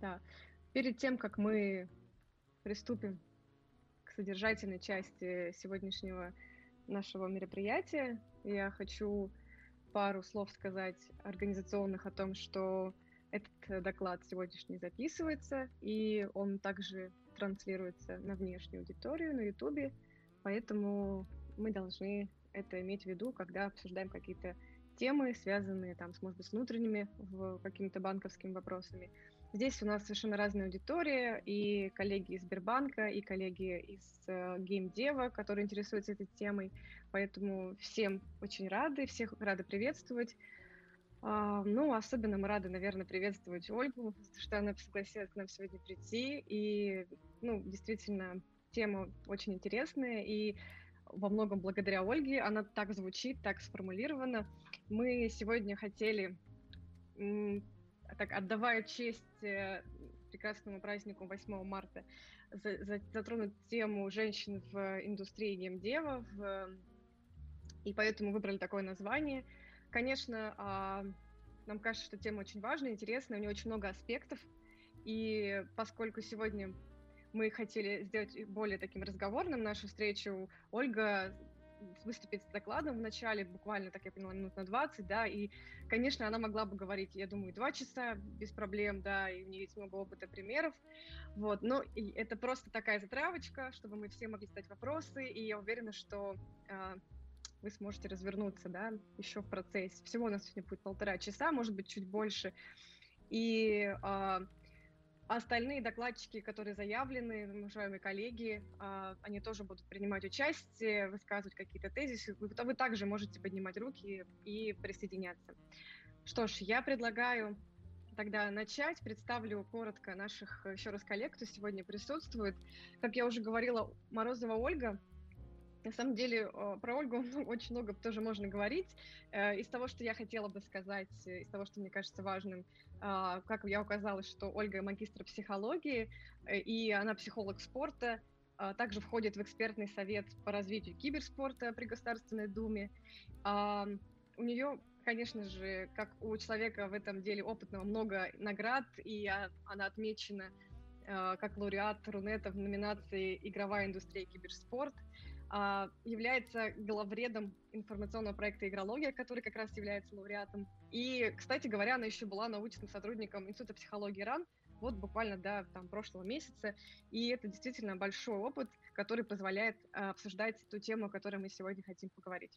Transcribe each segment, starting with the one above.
Да. Перед тем, как мы приступим к содержательной части сегодняшнего нашего мероприятия, я хочу пару слов сказать организационных о том, что этот доклад сегодняшний записывается, и он также транслируется на внешнюю аудиторию, на YouTube, поэтому мы должны это иметь в виду, когда обсуждаем какие-то темы, связанные там, может быть, с внутренними какими-то банковскими вопросами. Здесь у нас совершенно разная аудитория, и коллеги из Сбербанка, и коллеги из геймдева, которые интересуются этой темой, поэтому всем очень рады, всех рады приветствовать. Ну, особенно мы рады, наверное, приветствовать Ольгу, что она согласилась к нам сегодня прийти, и, ну, действительно, тема очень интересная, и во многом благодаря Ольге она так звучит, так сформулирована. Мы сегодня хотели, так, отдавая честь прекрасному празднику 8 марта, затронуть тему женщин в индустрии геймдева, и поэтому выбрали такое название. Конечно, нам кажется, что тема очень важная, интересная, у нее очень много аспектов, и поскольку сегодня мы хотели сделать более таким разговорным нашу встречу, Ольга выступит с докладом в начале, буквально, так я поняла, минут на 20, да, и, конечно, она могла бы говорить, я думаю, 2 часа без проблем, да, и у нее есть много опыта, примеров, вот, но это просто такая затравочка, чтобы мы все могли задать вопросы, и я уверена, что вы сможете развернуться, да, еще в процессе. Всего у нас сегодня будет 1,5 часа, может быть, чуть больше, и остальные докладчики, которые заявлены, уважаемые коллеги, они тоже будут принимать участие, высказывать какие-то тезисы. Вы также можете поднимать руки и присоединяться. Что ж, я предлагаю тогда начать. Представлю коротко наших еще раз коллег, кто сегодня присутствует. Как я уже говорила, Морозова Ольга. На самом деле про Ольгу очень много тоже можно говорить. Из того, что я хотела бы сказать, из того, что мне кажется важным, как я указала, что Ольга магистр психологии, и она психолог спорта, также входит в экспертный совет по развитию киберспорта при Государственной Думе. У нее, конечно же, как у человека в этом деле опытного, много наград, и она отмечена как лауреат Рунета в номинации «Игровая индустрия и киберспорт», является главредом информационного проекта «Игрология», который как раз является лауреатом. И, кстати говоря, она еще была научным сотрудником Института психологии РАН, вот буквально до прошлого месяца. И это действительно большой опыт, который позволяет обсуждать ту тему, о которой мы сегодня хотим поговорить.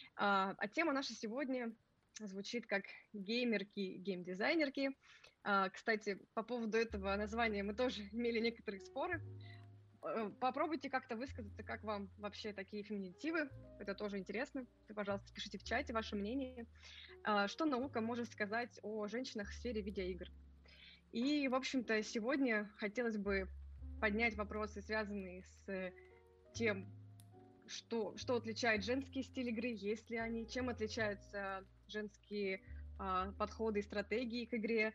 А тема наша сегодня звучит как геймерки, геймдизайнерки. Кстати, по поводу этого названия мы тоже имели некоторые споры. Попробуйте как-то высказаться, как вам вообще такие феминитивы. Это тоже интересно. Пожалуйста, пишите в чате ваше мнение. Что наука может сказать о женщинах в сфере видеоигр? И, в общем-то, сегодня хотелось бы поднять вопросы, связанные с тем, что отличает женский стиль игры, есть ли они, чем отличаются женские подходы и стратегии к игре,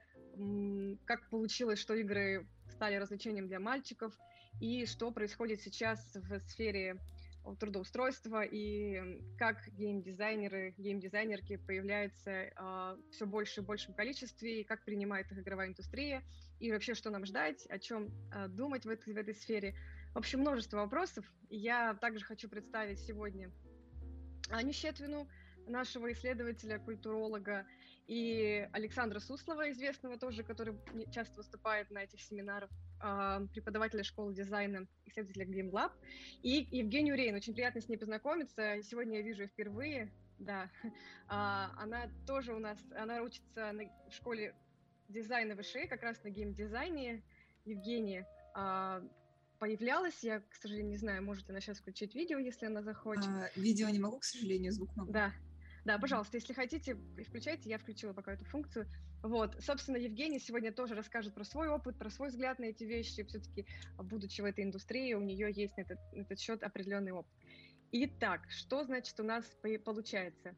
как получилось, что игры стали развлечением для мальчиков, и что происходит сейчас в сфере трудоустройства, и как геймдизайнеры, геймдизайнерки появляются все больше и большем количестве, и как принимает их игровая индустрия, и вообще, что нам ждать, о чем думать в этой сфере. В общем, множество вопросов. Я также хочу представить сегодня Аню Щетвину, нашего исследователя, культуролога, и Александра Суслова, известного тоже, который часто выступает на этих семинарах, преподавателя школы дизайна, исследователя GameLab, и Евгению Рейн. Очень приятно с ней познакомиться. Сегодня я вижу ее впервые. Да. Она тоже у нас, она учится в школе дизайна ВШИ, как раз на геймдизайне. Евгения появлялась. Я, к сожалению, не знаю, может она сейчас включить видео, если она захочет. Видео не могу, к сожалению, звук могу. Да, пожалуйста, если хотите, включайте, я включила пока эту функцию. Вот, собственно, Евгения сегодня тоже расскажет про свой опыт, про свой взгляд на эти вещи. Все-таки, будучи в этой индустрии, у нее есть на этот счет определенный опыт. Итак, что значит у нас получается?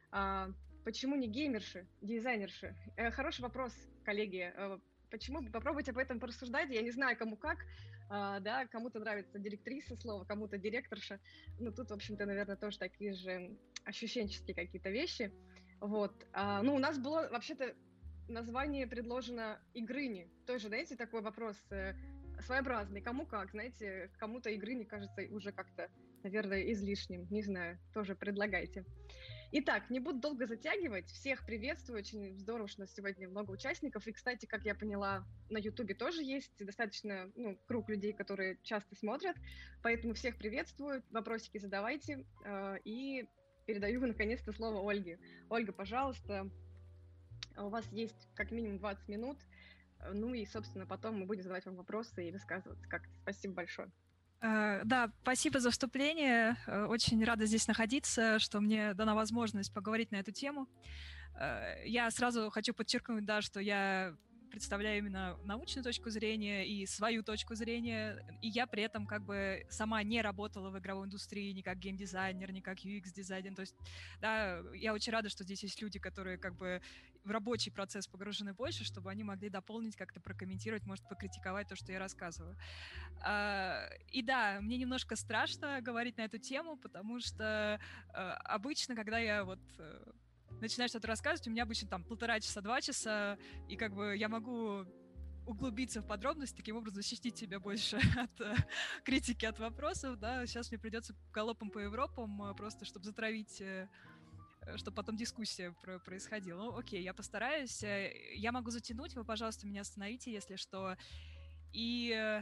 Почему не геймерши, дизайнерши? Хороший вопрос, коллеги. Почему? Попробуйте об этом порассуждать. Я не знаю, кому как. Да, кому-то нравится директриса слова, кому-то директорша. Ну, тут, в общем-то, наверное, тоже такие же ощущенческие какие-то вещи. Вот. Ну, у нас было, вообще-то, название предложено «Игрыни». Тоже, знаете, такой вопрос своеобразный. Кому как, знаете, кому-то «Игрыни» кажется уже как-то, наверное, излишним. Не знаю, тоже предлагайте. Итак, не буду долго затягивать. Всех приветствую. Очень здорово, что у нас сегодня много участников. И, кстати, как я поняла, на Ютубе тоже есть достаточно круг людей, которые часто смотрят. Поэтому всех приветствую. Вопросики задавайте. И передаю, наконец-то, слово Ольге. Ольга, пожалуйста, у вас есть как минимум 20 минут. Ну и, собственно, потом мы будем задавать вам вопросы и высказываться как-то. Спасибо большое. Да, спасибо за вступление. Очень рада здесь находиться, что мне дана возможность поговорить на эту тему. Я сразу хочу подчеркнуть, да, что я представляю именно научную точку зрения и свою точку зрения, и я при этом как бы сама не работала в игровой индустрии ни как геймдизайнер, ни как UX-дизайнер. То есть, да, я очень рада, что здесь есть люди, которые как бы в рабочий процесс погружены больше, чтобы они могли дополнить, как-то прокомментировать, может, покритиковать то, что я рассказываю. И да, мне немножко страшно говорить на эту тему, потому что обычно, когда я начинаю что-то рассказывать, у меня обычно там 1,5 часа, 2 часа, и как бы я могу углубиться в подробности, таким образом защитить себя больше от критики, от вопросов, да. Сейчас мне придется галопом по Европам, просто чтобы затравить, чтобы потом дискуссия происходила. Ну, окей, я постараюсь. Я могу затянуть, вы, пожалуйста, меня остановите, если что. И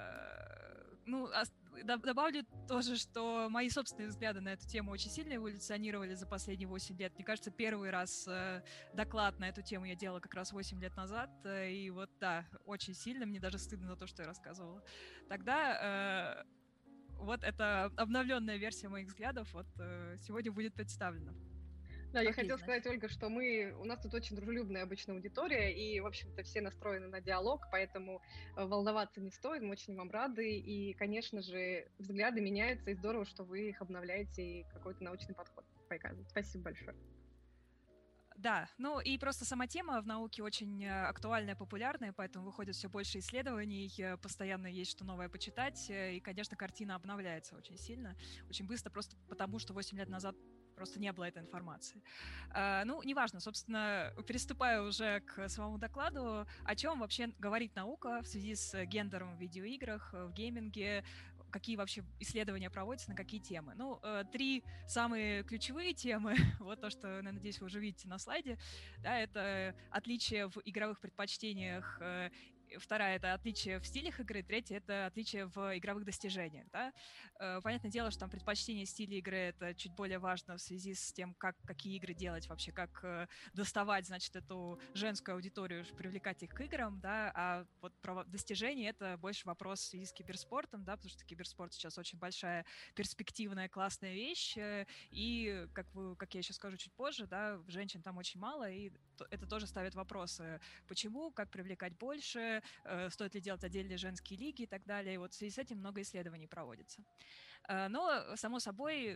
добавлю тоже, что мои собственные взгляды на эту тему очень сильно эволюционировали за последние 8 лет. Мне кажется, первый раз доклад на эту тему я делала как раз 8 лет назад. И вот, да, очень сильно. Мне даже стыдно за то, что я рассказывала. Тогда вот эта обновленная версия моих взглядов сегодня будет представлена. Да, я хотела сказать, Ольга, что у нас тут очень дружелюбная обычно аудитория, и, в общем-то, все настроены на диалог, поэтому волноваться не стоит, мы очень вам рады, и, конечно же, взгляды меняются, и здорово, что вы их обновляете и какой-то научный подход показываете. Спасибо большое. Да, ну и просто сама тема в науке очень актуальная, популярная, поэтому выходит все больше исследований, постоянно есть что новое почитать, и, конечно, картина обновляется очень сильно, очень быстро, просто потому что 8 лет назад просто не было этой информации. Ну, неважно, собственно, переступая уже к самому докладу, о чем вообще говорит наука в связи с гендером в видеоиграх, в гейминге, какие вообще исследования проводятся, на какие темы. Ну, 3 самые ключевые темы, вот то, что, я надеюсь, вы уже видите на слайде, да, это отличие в игровых предпочтениях, вторая — это отличие в стилях игры, третья — это отличие в игровых достижениях. Да? Понятное дело, что там предпочтение стиля игры — это чуть более важно в связи с тем, какие игры делать вообще, как доставать, значит, эту женскую аудиторию, привлекать их к играм, да, а вот про достижения — это больше вопрос в связи с киберспортом, да, потому что киберспорт сейчас очень большая, перспективная, классная вещь, и, как я еще скажу чуть позже, да, женщин там очень мало, и это тоже ставит вопросы, почему, как привлекать больше, стоит ли делать отдельные женские лиги и так далее. И вот в связи с этим много исследований проводится. Но, само собой,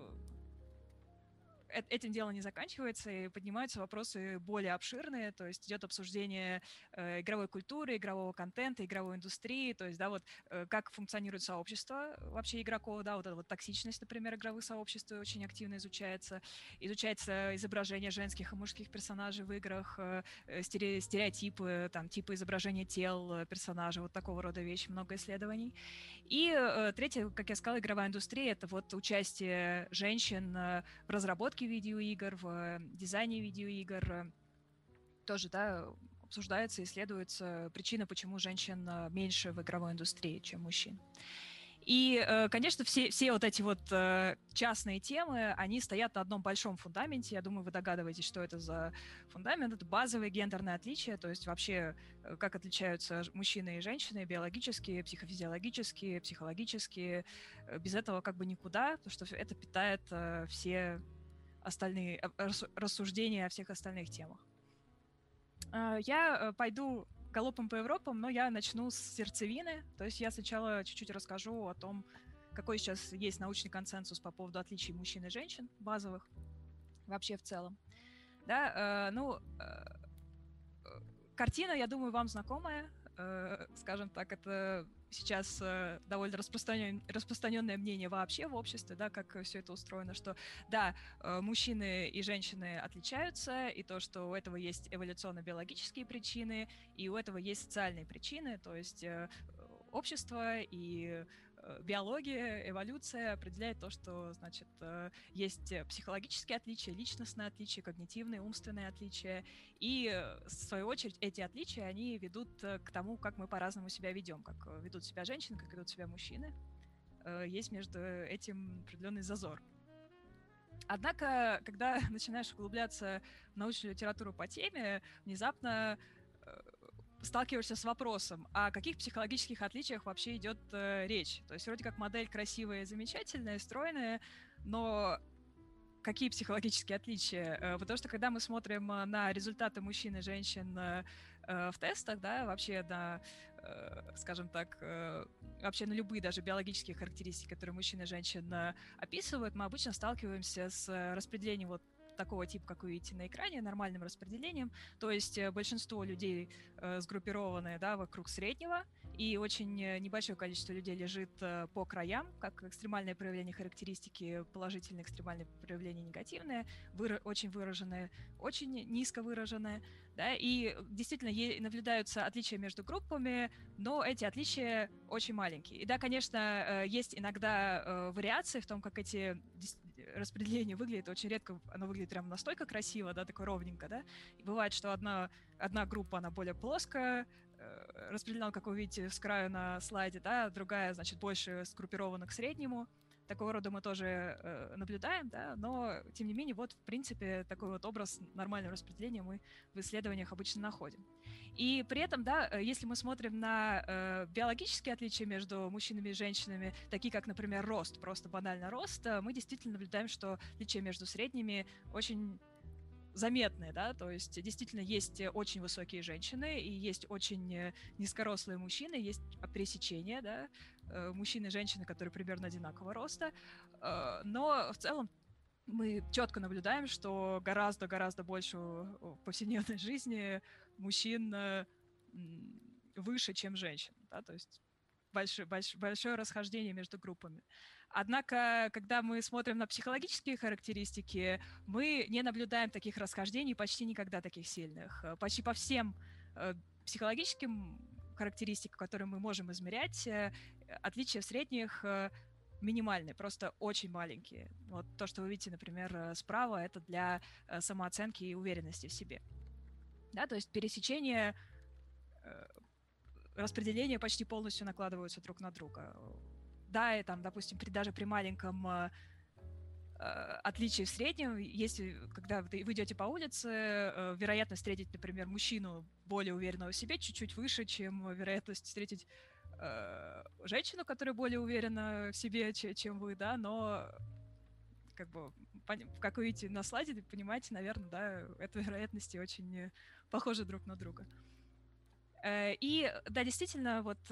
этим дело не заканчивается, и поднимаются вопросы более обширные, то есть идет обсуждение игровой культуры, игрового контента, игровой индустрии, то есть, да, вот как функционирует сообщество вообще игроков, да, вот эта вот токсичность, например, игровых сообществ очень активно изучается изображение женских и мужских персонажей в играх, стереотипы, там, типы изображения тел персонажей, вот такого рода вещи, много исследований. И третье, как я сказала, игровая индустрия — это вот участие женщин в разработке видеоигр, в дизайне видеоигр. Тоже, да, обсуждается, исследуется причина, почему женщин меньше в игровой индустрии, чем мужчин. И, конечно, все вот эти вот частные темы, они стоят на одном большом фундаменте. Я думаю, вы догадываетесь, что это за фундамент. Это базовые гендерные отличия, то есть вообще как отличаются мужчины и женщины биологически, психофизиологически, психологически. Без этого как бы никуда, потому что это питает все остальные рассуждения о всех остальных темах. Я пойду галопом по Европам, но я начну с сердцевины. То есть я сначала чуть-чуть расскажу о том, какой сейчас есть научный консенсус по поводу отличий мужчин и женщин, базовых, вообще в целом. Да, картина, я думаю, вам знакомая. Скажем так, это сейчас довольно распространенное мнение вообще в обществе, да, как все это устроено, что да, мужчины и женщины отличаются, и то, что у этого есть эволюционно-биологические причины, и у этого есть социальные причины, то есть общество и биология, эволюция определяет то, что, значит, есть психологические отличия, личностные отличия, когнитивные, умственные отличия, и, в свою очередь, эти отличия, они ведут к тому, как мы по-разному себя ведем, как ведут себя женщины, как ведут себя мужчины. Есть между этим определенный зазор. Однако, когда начинаешь углубляться в научную литературу по теме, внезапно сталкиваешься с вопросом, о каких психологических отличиях вообще идет речь. То есть вроде как модель красивая, замечательная, стройная, но какие психологические отличия? Потому что когда мы смотрим на результаты мужчин и женщин в тестах, да, вообще на, скажем так, вообще на любые даже биологические характеристики, которые мужчины и женщины описывают, мы обычно сталкиваемся с распределением вот такого типа, как вы видите на экране, нормальным распределением. То есть большинство людей сгруппированы, да, вокруг среднего, и очень небольшое количество людей лежит по краям, как экстремальное проявление характеристики, положительные экстремальные проявления, негативные, очень выраженные, очень низко выраженные. Да, и действительно наблюдаются отличия между группами, но эти отличия очень маленькие. И да, конечно, есть иногда вариации в том, как эти распределение выглядит. Очень редко оно выглядит прям настолько красиво, да, такое ровненько, да. И бывает, что одна группа, она более плоская, распределена, как вы видите, с краю на слайде, да, другая, значит, больше сгруппирована к среднему. Такого рода мы тоже наблюдаем, да, но, тем не менее, вот, в принципе, такой вот образ нормального распределения мы в исследованиях обычно находим. И при этом, да, если мы смотрим на биологические отличия между мужчинами и женщинами, такие как, например, рост, просто банально рост, мы действительно наблюдаем, что отличия между средними очень заметные, да, то есть действительно есть очень высокие женщины и есть очень низкорослые мужчины, есть пересечение, да, мужчины и женщины, которые примерно одинакового роста, но в целом мы четко наблюдаем, что гораздо-гораздо больше в повседневной жизни мужчин выше, чем женщин, да, то есть большое расхождение между группами. Однако, когда мы смотрим на психологические характеристики, мы не наблюдаем таких расхождений почти никогда таких сильных. Почти по всем психологическим характеристикам, которые мы можем измерять, отличия в средних минимальные, просто очень маленькие. Вот то, что вы видите, например, справа, это для самооценки и уверенности в себе. Да, то есть пересечение, распределения почти полностью накладываются друг на друга. Да, и там, допустим, даже при маленьком отличии в среднем, если, когда вы идете по улице, вероятность встретить, например, мужчину более уверенного в себе чуть-чуть выше, чем вероятность встретить женщину, которая более уверена в себе, чем вы, да, но как бы, как вы видите на слайде, вы понимаете, наверное, да, это вероятности очень похожи друг на друга. И, да, действительно, вот,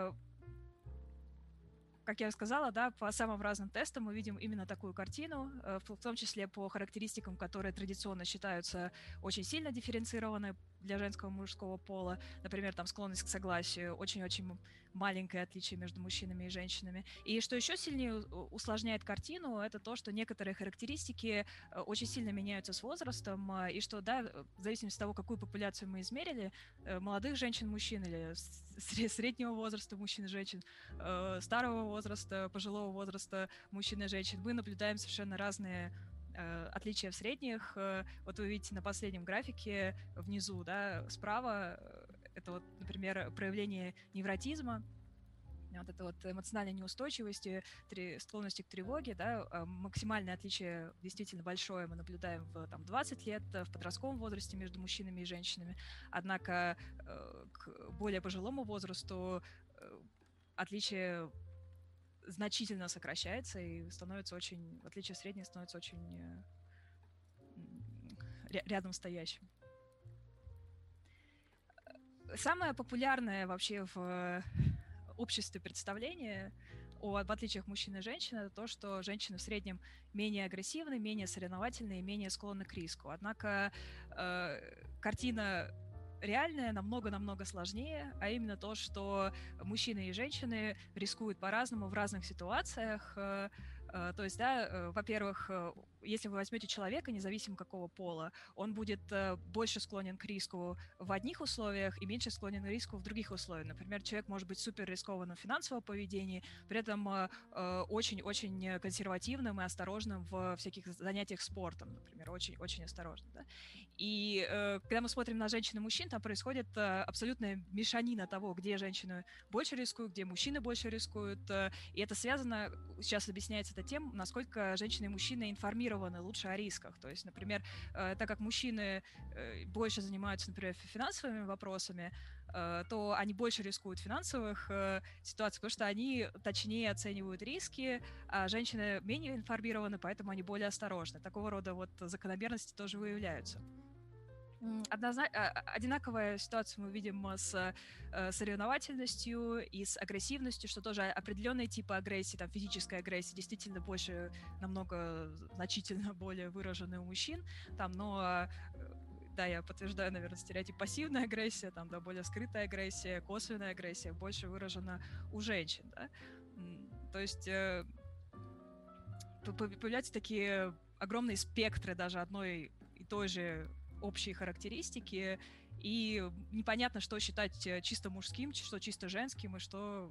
как я сказала, да, по самым разным тестам мы видим именно такую картину, в том числе по характеристикам, которые традиционно считаются очень сильно дифференцированы для женского и мужского пола. Например, там склонность к согласию, очень-очень маленькое отличие между мужчинами и женщинами. И что еще сильнее усложняет картину, это то, что некоторые характеристики очень сильно меняются с возрастом, и что, да, в зависимости от того, какую популяцию мы измерили, молодых женщин-мужчин или среднего возраста мужчин и женщин, старого возраста, пожилого возраста мужчин и женщин, мы наблюдаем совершенно разные отличия в средних. Вот вы видите на последнем графике внизу, да, справа, это вот, например, проявление невротизма, вот это вот эмоциональной неустойчивости, склонности к тревоге, да, максимальное отличие действительно большое мы наблюдаем в 20 лет, в подростковом возрасте между мужчинами и женщинами, однако к более пожилому возрасту отличие значительно сокращается и становится очень, в отличие от среднего, становится очень рядом стоящим. Самое популярное вообще в обществе представление об отличиях мужчин и женщин — это то, что женщины в среднем менее агрессивны, менее соревновательны и менее склонны к риску. Однако картина реальное намного-намного сложнее, а именно то, что мужчины и женщины рискуют по-разному в разных ситуациях. То есть, да, во-первых, если вы возьмете человека, независимо какого пола, он будет больше склонен к риску в одних условиях и меньше склонен к риску в других условиях. Например, человек может быть супер рискованным в финансовом поведении, при этом очень-очень консервативным и осторожным в всяких занятиях спортом, например, очень-очень осторожным. Да? И когда мы смотрим на женщин и мужчин, там происходит абсолютная мешанина того, где женщины больше рискуют, где мужчины больше рискуют. И это связано, сейчас объясняется это тем, насколько женщины и мужчины информированы лучше о рисках. То есть, например, так как мужчины больше занимаются, например, финансовыми вопросами, то они больше рискуют в финансовых ситуациях, потому что они точнее оценивают риски, а женщины менее информированы, поэтому они более осторожны. Такого рода вот закономерности тоже выявляются. Одинаковая ситуация мы видим с соревновательностью и с агрессивностью, что тоже определенные типы агрессии, там физическая агрессия действительно больше, намного значительно более выражены у мужчин, там, но да, я подтверждаю, наверное, стереотип пассивная агрессия, там, да, более скрытая агрессия, косвенная агрессия больше выражена у женщин, да. То есть появляются такие огромные спектры даже одной и той же общие характеристики, и непонятно, что считать чисто мужским, что чисто женским, и что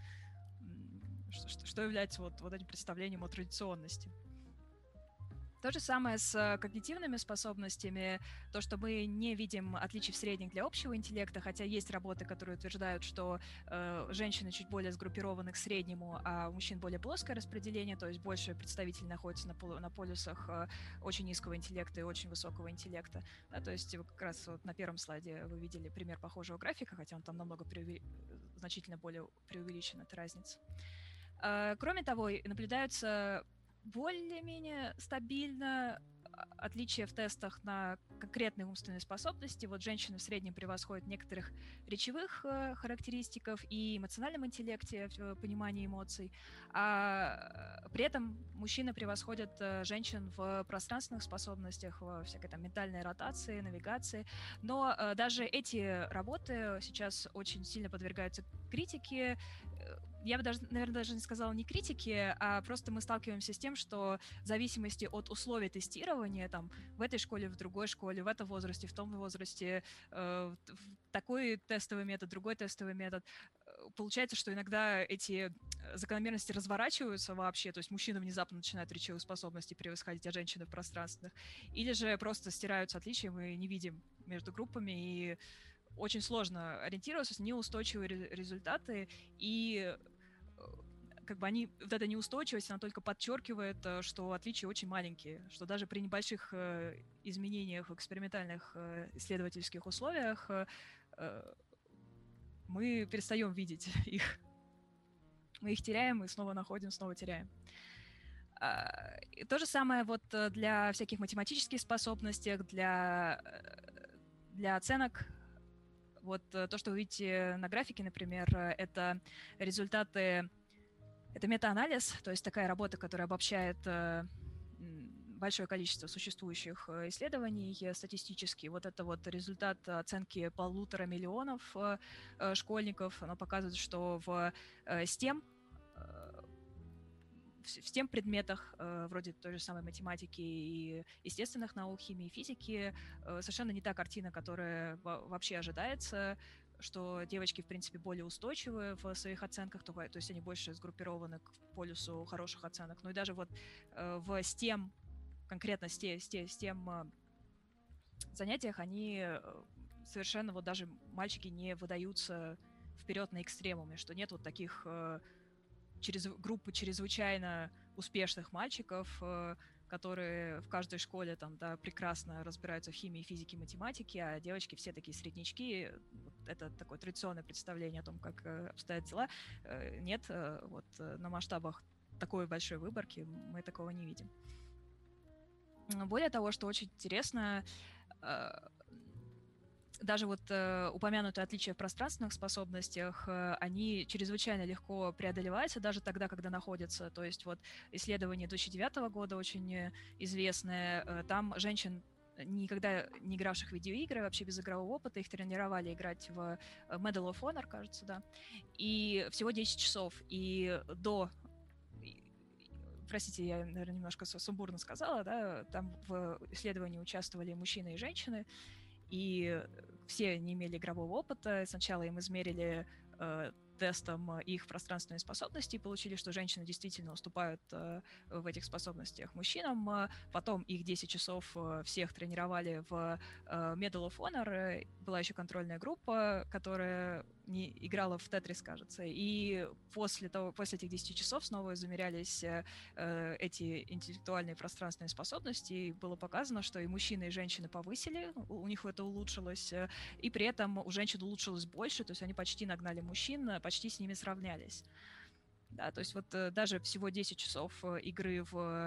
является вот этим представлением о традиционности. То же самое с когнитивными способностями, то, что мы не видим отличий в средних для общего интеллекта, хотя есть работы, которые утверждают, что женщины чуть более сгруппированы к среднему, а у мужчин более плоское распределение, то есть больше представителей находится на полюсах очень низкого интеллекта и очень высокого интеллекта. Да, то есть как раз вот на первом слайде вы видели пример похожего графика, хотя он там намного значительно более преувеличен, эта разница. Кроме того, наблюдаются более-менее стабильно отличия в тестах на конкретные умственные способности. Вот женщины в среднем превосходят некоторых речевых характеристиков и эмоциональном интеллекте, в понимании эмоций, а при этом мужчины превосходят женщин в пространственных способностях, во всякой там ментальной ротации, навигации. Но даже эти работы сейчас очень сильно подвергаются критике. Я бы даже, наверное, даже не сказала не критики, а просто мы сталкиваемся с тем, что в зависимости от условий тестирования, там, в этой школе, в другой школе, в этом возрасте, в том возрасте, такой тестовый метод, другой тестовый метод, получается, что иногда эти закономерности разворачиваются вообще, то есть мужчины внезапно начинают речевые способности превосходить, а женщины в пространственных, или же просто стираются отличия, мы не видим между группами, и очень сложно ориентироваться, неустойчивые результаты, и как бы вот эта неустойчивость, она только подчеркивает, что отличия очень маленькие, что даже при небольших изменениях в экспериментальных исследовательских условиях мы перестаем видеть их. Мы их теряем и снова находим, снова теряем. И то же самое вот для всяких математических способностей, для оценок. Вот то, что вы видите на графике, например, это результаты, это метаанализ, то есть такая работа, которая обобщает большое количество существующих исследований статистически. Вот это вот результат оценки 1,5 миллиона школьников. Оно показывает, что в STEM предметах, вроде той же самой математики и естественных наук, химии и физики, совершенно не та картина, которая вообще ожидается, что девочки, в принципе, более устойчивы в своих оценках, то есть они больше сгруппированы к полюсу хороших оценок. Ну и даже вот в STEM, конкретно STEM занятиях, они совершенно, вот даже мальчики не выдаются вперед на экстремуме, что нет вот таких группы чрезвычайно успешных мальчиков, которые в каждой школе там, да, прекрасно разбираются в химии, физике, математике, а девочки все такие среднячки. Вот это такое традиционное представление о том, как обстоят дела. Нет, вот на масштабах такой большой выборки мы такого не видим. Более того, что очень интересно, даже вот упомянутые отличия в пространственных способностях, они чрезвычайно легко преодолеваются даже тогда, когда находятся. То есть вот исследование 2009 года очень известное, там женщин никогда не игравших в видеоигры, вообще без игрового опыта. Их тренировали играть в Medal of Honor, кажется, да. И всего 10 часов. И до... Простите, я, наверное, немножко сумбурно сказала, да, там в исследовании участвовали мужчины и женщины, и все не имели игрового опыта. Сначала им измерили тестом их пространственные способности и получили, что женщины действительно уступают в этих способностях мужчинам. Потом их 10 часов всех тренировали в Medal of Honor. Была еще контрольная группа, которая не играла в Тетрис, кажется. И после этих 10 часов снова замерялись эти интеллектуальные пространственные способности. И было показано, что и мужчины, и женщины повысили, у них это улучшилось. И при этом у женщин улучшилось больше, то есть они почти нагнали мужчин, почти с ними сравнялись. Да, то есть вот даже всего 10 часов игры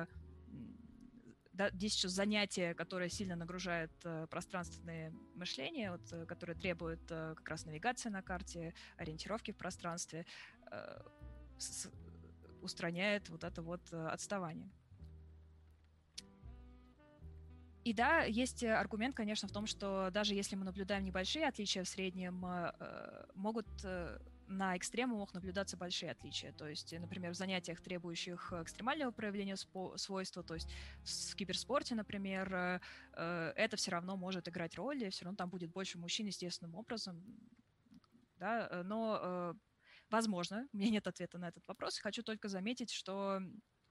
10 часов занятия, которое сильно нагружает пространственное мышление, вот, которое требует как раз навигации на карте, ориентировки в пространстве, устраняет вот это вот отставание. И да, есть аргумент, конечно, в том, что даже если мы наблюдаем небольшие отличия в среднем, могут на экстремумах наблюдаться большие отличия. То есть, например, в занятиях, требующих экстремального проявления свойства, то есть в киберспорте, например, это все равно может играть роль, и все равно там будет больше мужчин естественным образом. Да? Но, возможно, у меня нет ответа на этот вопрос. Хочу только заметить, что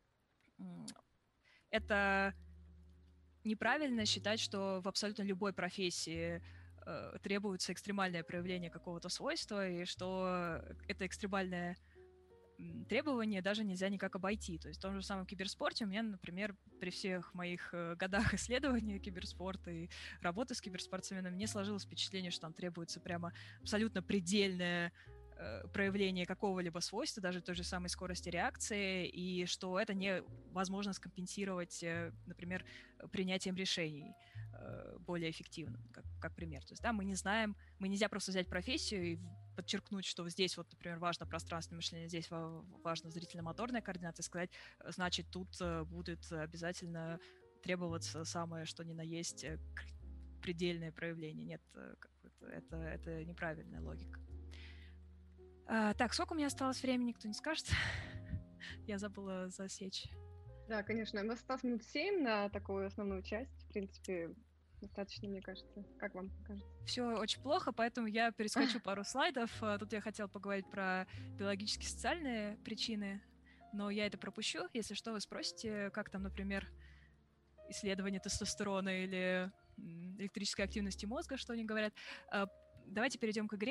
это неправильно считать, что в абсолютно любой профессии требуется экстремальное проявление какого-то свойства, и что это экстремальное требование даже нельзя никак обойти. То есть в том же самом киберспорте у меня, например, при всех моих годах исследования киберспорта и работы с киберспортсменами, мне сложилось впечатление, что там требуется прямо абсолютно предельное проявление какого-либо свойства, даже той же самой скорости реакции, и что это невозможно скомпенсировать, например, принятием решений более эффективно, как пример. То есть, да, мы не знаем, нельзя просто взять профессию и подчеркнуть, что здесь, вот, например, важно пространственное мышление, здесь важно зрительно-моторная координация, сказать, значит, тут будет обязательно требоваться самое, что ни на есть, предельное проявление. Нет, это неправильная логика. Так, сколько у меня осталось времени, никто не скажет? Я забыла засечь. Да, конечно. У нас осталось минут 7 на такую основную часть. В принципе, достаточно, мне кажется. Как вам кажется? Все очень плохо, поэтому я перескочу пару слайдов. Тут я хотела поговорить про биологические социальные причины, но я это пропущу. Если что, вы спросите, как там, например, исследование тестостерона или электрической активности мозга, что они говорят. Давайте перейдем к игре.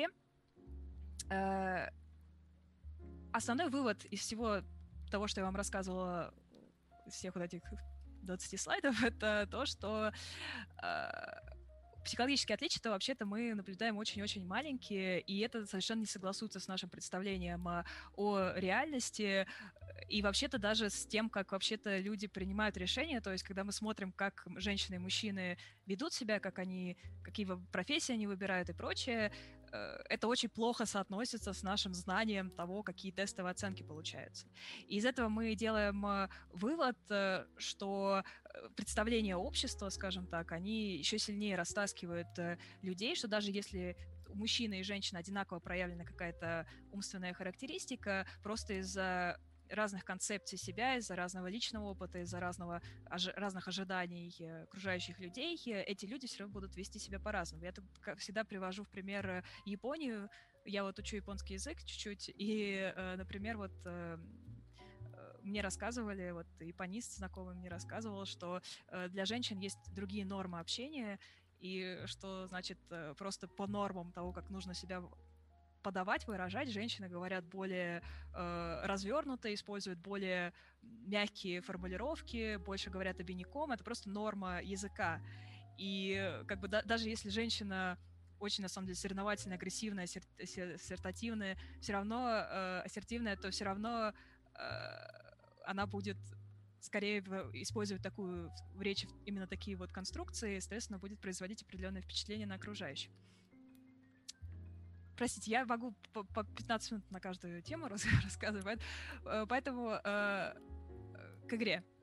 Основной вывод из всего того, что я вам рассказывала, из всех вот этих 20 слайдов, это то, что психологические отличия-то вообще-то мы наблюдаем очень-очень маленькие, и это совершенно не согласуется с нашим представлением о реальности, и вообще-то даже с тем, как вообще-то люди принимают решения, то есть когда мы смотрим, как женщины и мужчины ведут себя, какие профессии они выбирают и прочее, это очень плохо соотносится с нашим знанием того, какие тестовые оценки получаются. И из этого мы делаем вывод, что представления общества, скажем так, они еще сильнее растаскивают людей, что даже если у мужчины и женщины одинаково проявлена какая-то умственная характеристика, просто из-за разных концепций себя, из-за разного личного опыта, из-за разных ожиданий окружающих людей, эти люди все равно будут вести себя по-разному. Я как всегда привожу в пример Японию. Я вот учу японский язык чуть-чуть, и, например, вот мне рассказывали, вот японист знакомый мне рассказывал, что для женщин есть другие нормы общения, и что, значит, просто по нормам того, как нужно себя подавать, выражать, женщины говорят более развернуто, используют более мягкие формулировки, больше говорят обиняком. Это просто норма языка. И как бы даже если женщина очень, на самом деле, соревновательная, агрессивная, ассертативная, все равно ассертивная, то все равно она будет скорее использовать такую в речи именно такие вот конструкции, естественно, будет производить определенное впечатление на окружающих. Простите, я могу по 15 минут на каждую тему рассказывать, поэтому к игре.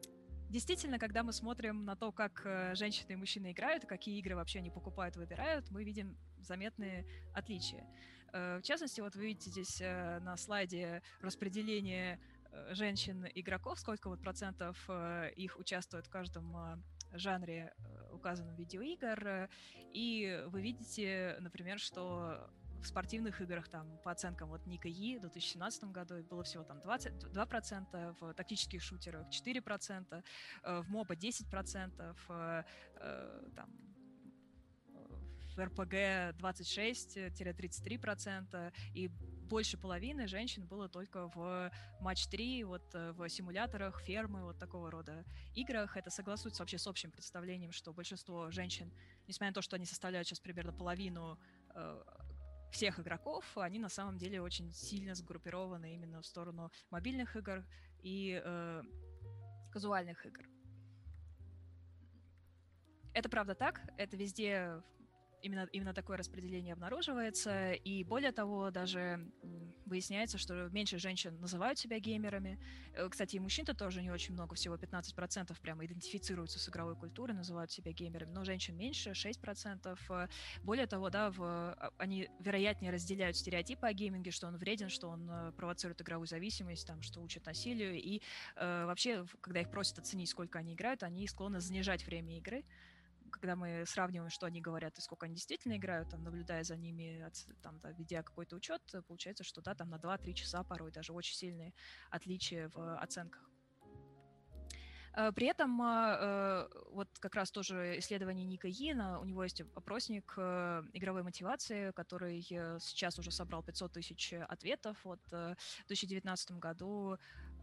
Действительно, когда мы смотрим на то, как женщины и мужчины играют, и какие игры вообще они покупают, выбирают, мы видим заметные отличия. В частности, вот вы видите здесь на слайде распределение женщин-игроков, сколько вот процентов их участвует в каждом жанре, указанном видеоигр, и вы видите, например, что в спортивных играх там по оценкам вот Ника Yi в 2017 году было всего там 22%, в тактических шутерах 4%, в моба 10%, там, в РПГ 26-33%, и больше половины женщин было только в матч 3, вот в симуляторах, фермы, вот такого рода играх. Это согласуется вообще с общим представлением, что большинство женщин, несмотря на то, что они составляют сейчас примерно половину всех игроков, они на самом деле очень сильно сгруппированы именно в сторону мобильных игр и казуальных игр. Это правда так, это везде именно такое распределение обнаруживается, и более того, даже выясняется, что меньше женщин называют себя геймерами. Кстати, и мужчин-то тоже не очень много, всего 15% прямо идентифицируются с игровой культурой, называют себя геймерами, но женщин меньше, 6%. Более того, да, они вероятнее разделяют стереотипы о гейминге, что он вреден, что он провоцирует игровую зависимость, там, что учит насилию, и вообще, когда их просят оценить, сколько они играют, они склонны занижать время игры. Когда мы сравниваем, что они говорят и сколько они действительно играют, там, наблюдая за ними, там, да, ведя какой-то учет, получается, что да, там на 2-3 часа порой даже очень сильные отличия в оценках. При этом вот как раз тоже исследование Ника Йи, у него есть опросник игровой мотивации, который сейчас уже собрал 500 тысяч ответов. Вот в 2019 году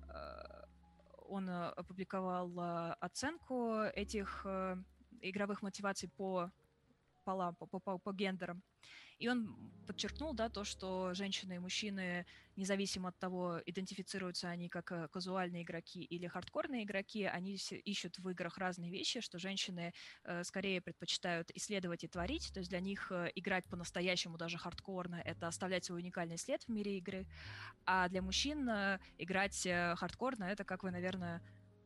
он опубликовал оценку этих игровых мотиваций по полам, по гендерам. И он подчеркнул, да, то, что женщины и мужчины, независимо от того, идентифицируются они как казуальные игроки или хардкорные игроки, они ищут в играх разные вещи, что женщины скорее предпочитают исследовать и творить, то есть для них играть по-настоящему, даже хардкорно, это оставлять свой уникальный след в мире игры, а для мужчин играть хардкорно, это, как вы, наверное,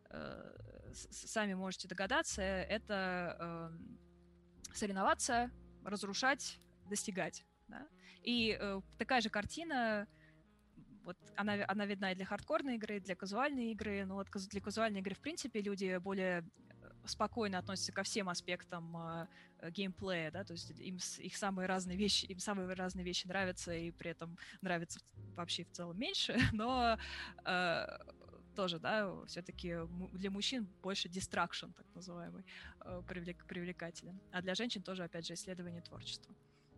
сами можете догадаться, это соревноваться, разрушать, достигать. Да? И такая же картина, вот она видна и для хардкорной игры, и для казуальной игры, но вот для казуальной игры, в принципе, люди более спокойно относятся ко всем аспектам геймплея, да, то есть им самые разные вещи нравятся, и при этом нравится вообще в целом меньше, но тоже, да, все-таки для мужчин больше distraction, так называемый, привлекателен. А для женщин тоже, опять же, исследование творчества.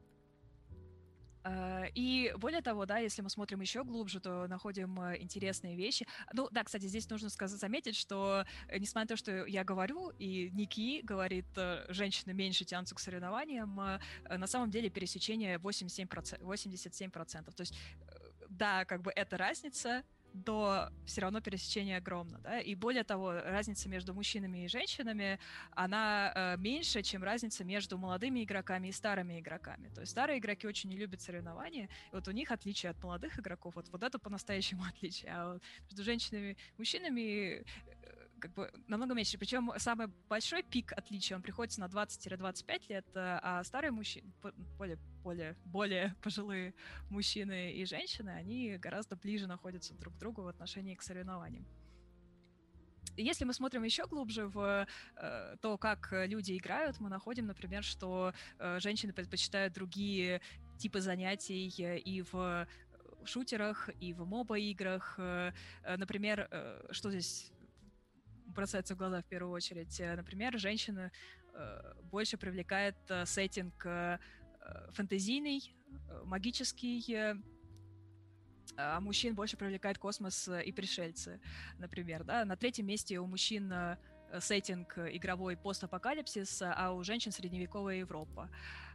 И более того, да, если мы смотрим еще глубже, то находим интересные вещи. Ну, да, кстати, здесь нужно заметить, что несмотря на то, что я говорю, и Ники говорит, женщины меньше тянутся к соревнованиям, на самом деле пересечение 87%. То есть, да, как бы это разница, но все равно пересечение огромно, да, и более того, разница между мужчинами и женщинами, она меньше, чем разница между молодыми игроками и старыми игроками. То есть старые игроки очень не любят соревнования, и вот у них отличие от молодых игроков, вот это по-настоящему отличие, а вот между женщинами и мужчинами как бы намного меньше. Причем самый большой пик отличия, он приходится на 20-25 лет, а старые мужчины, более пожилые мужчины и женщины, они гораздо ближе находятся друг к другу в отношении к соревнованиям. Если мы смотрим еще глубже в то, как люди играют, мы находим, например, что женщины предпочитают другие типы занятий и в шутерах, и в моба-играх. Например, что здесь бросается в глаза в первую очередь? Например, женщины больше привлекает сеттинг фэнтезийный, магический, а мужчин больше привлекает космос и пришельцы, например. Да? На третьем месте у мужчин сеттинг игровой постапокалипсис, а у женщин средневековая Европа.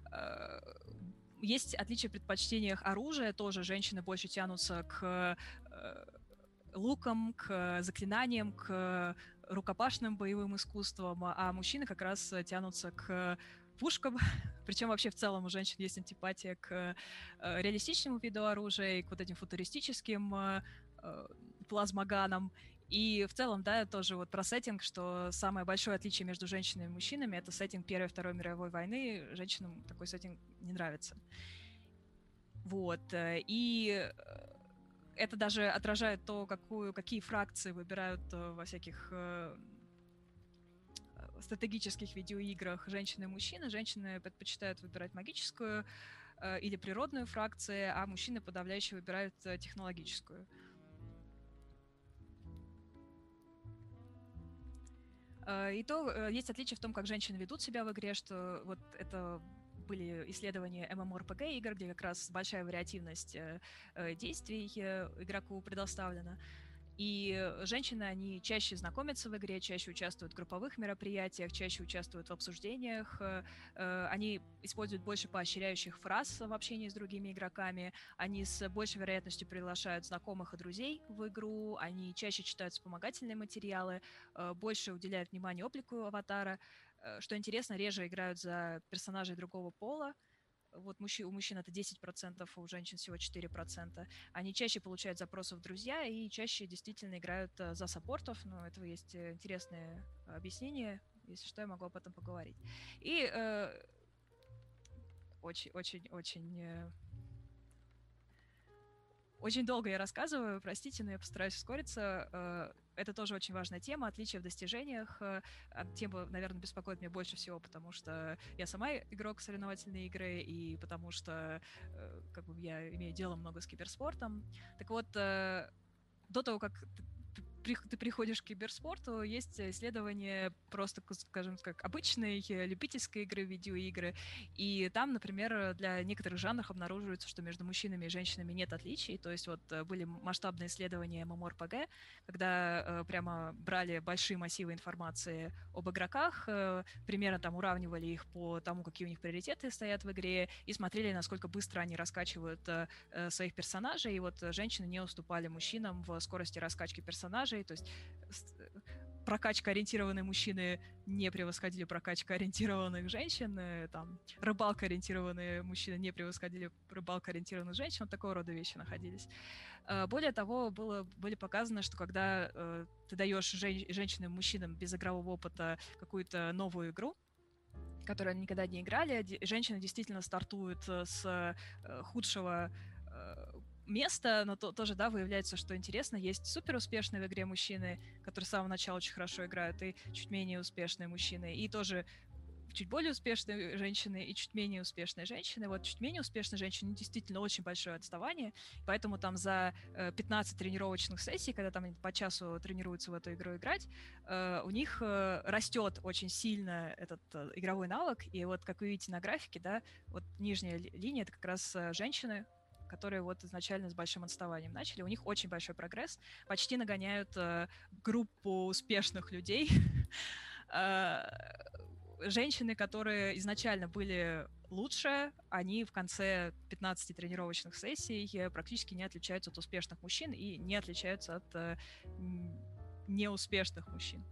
Есть отличия в предпочтениях оружия, тоже женщины больше тянутся к лукам, к заклинаниям, к рукопашным боевым искусствам, а мужчины как раз тянутся к пушкам. Причем вообще в целом у женщин есть антипатия к реалистичному виду оружия и к вот этим футуристическим плазмоганам. И в целом, да, тоже вот про сеттинг, что самое большое отличие между женщинами и мужчинами — это сеттинг Первой и Второй мировой войны. Женщинам такой сеттинг не нравится. Вот. И это даже отражает то, какие фракции выбирают во всяких стратегических видеоиграх женщины и мужчины. Женщины предпочитают выбирать магическую или природную фракции, а мужчины подавляюще выбирают технологическую. И то есть отличие в том, как женщины ведут себя в игре, что вот это были исследования MMORPG игр, где как раз большая вариативность действий игроку предоставлена. И женщины, они чаще знакомятся в игре, чаще участвуют в групповых мероприятиях, чаще участвуют в обсуждениях, они используют больше поощряющих фраз в общении с другими игроками, они с большей вероятностью приглашают знакомых и друзей в игру, они чаще читают вспомогательные материалы, больше уделяют внимание облику аватара. Что интересно, реже играют за персонажей другого пола. Вот у мужчин это 10%, а у женщин всего 4%. Они чаще получают запросы в друзья и чаще действительно играют за саппортов. Но этого есть интересное объяснение. Если что, я могу об этом поговорить. И очень долго я рассказываю, простите, но я постараюсь ускориться. Это тоже очень важная тема, отличия в достижениях. Тема, наверное, беспокоит меня больше всего, потому что я сама игрок в соревновательные игры, и потому что как бы я имею дело много с киберспортом. Так вот, до того, как ты приходишь к киберспорту, есть исследования просто, скажем так, обычной любительской игры, видеоигры, и там, например, для некоторых жанров обнаруживается, что между мужчинами и женщинами нет отличий, то есть вот были масштабные исследования MMORPG, когда прямо брали большие массивы информации об игроках, примерно там уравнивали их по тому, какие у них приоритеты стоят в игре, и смотрели, насколько быстро они раскачивают своих персонажей, и вот женщины не уступали мужчинам в скорости раскачки персонажей, то есть прокачка-ориентированные мужчины не превосходили прокачка-ориентированных женщин, там, рыбалка-ориентированные мужчины не превосходили рыбалка-ориентированных женщин, вот такого рода вещи находились. Более того, были показано, что когда ты даешь женщинам и мужчинам без игрового опыта какую-то новую игру, которые они никогда не играли, женщины действительно стартуют с худшего место, но тоже, да, выявляется, что интересно, есть супер успешные в игре мужчины, которые с самого начала очень хорошо играют, и чуть менее успешные мужчины, и тоже чуть более успешные женщины и чуть менее успешные женщины. Вот чуть менее успешные женщины действительно очень большое отставание, поэтому там за 15 тренировочных сессий, когда там по часу тренируются в эту игру играть, у них растет очень сильно этот игровой навык, и вот как вы видите на графике, да, вот нижняя линия — это как раз женщины, которые вот изначально с большим отставанием начали. У них очень большой прогресс, почти нагоняют группу успешных людей. Женщины, которые изначально были лучше, они в конце 15 тренировочных сессий практически не отличаются от успешных мужчин и не отличаются от неуспешных мужчин.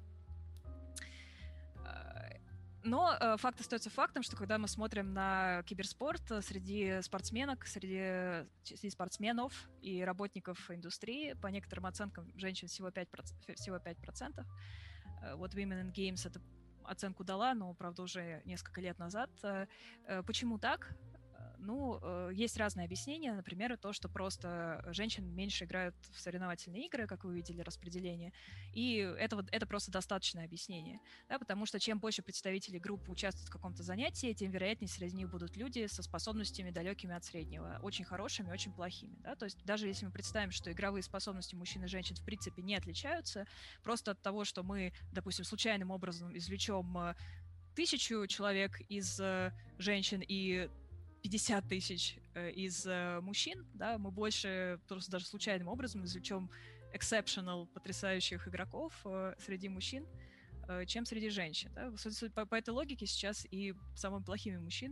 Но факт остается фактом, что когда мы смотрим на киберспорт среди спортсменок, среди спортсменов и работников индустрии, по некоторым оценкам женщин всего 5%. Вот Women in Games эту оценку дала, но, правда, уже несколько лет назад. Почему так? Ну, есть разные объяснения. Например, то, что просто женщины меньше играют в соревновательные игры, как вы видели, распределение. И это просто достаточное объяснение. Да, потому что чем больше представителей группы участвуют в каком-то занятии, тем вероятнее среди них будут люди со способностями далекими от среднего, очень хорошими, очень плохими. Да? То есть даже если мы представим, что игровые способности мужчин и женщин в принципе не отличаются, просто от того, что мы, допустим, случайным образом извлечем 1000 человек из женщин и 50 тысяч из мужчин, да, мы больше просто даже случайным образом извлечем exceptional, потрясающих игроков среди мужчин, чем среди женщин. Да. По этой логике сейчас и самыми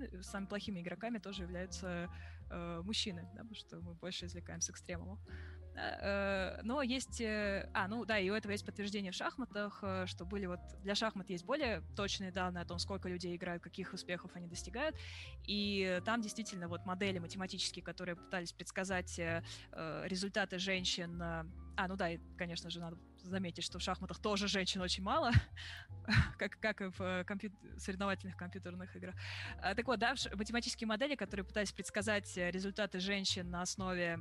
плохими игроками тоже являются мужчины, да, потому что мы больше извлекаем с экстремумов. Но есть... ну да, и у этого есть подтверждение в шахматах, что были вот... Для шахмат есть более точные данные о том, сколько людей играют, каких успехов они достигают. И там действительно вот модели математические, которые пытались предсказать результаты женщин... ну да, и, конечно же, надо заметить, что в шахматах тоже женщин очень мало, как и в соревновательных компьютерных играх. Так вот, да, математические модели, которые пытались предсказать результаты женщин на основе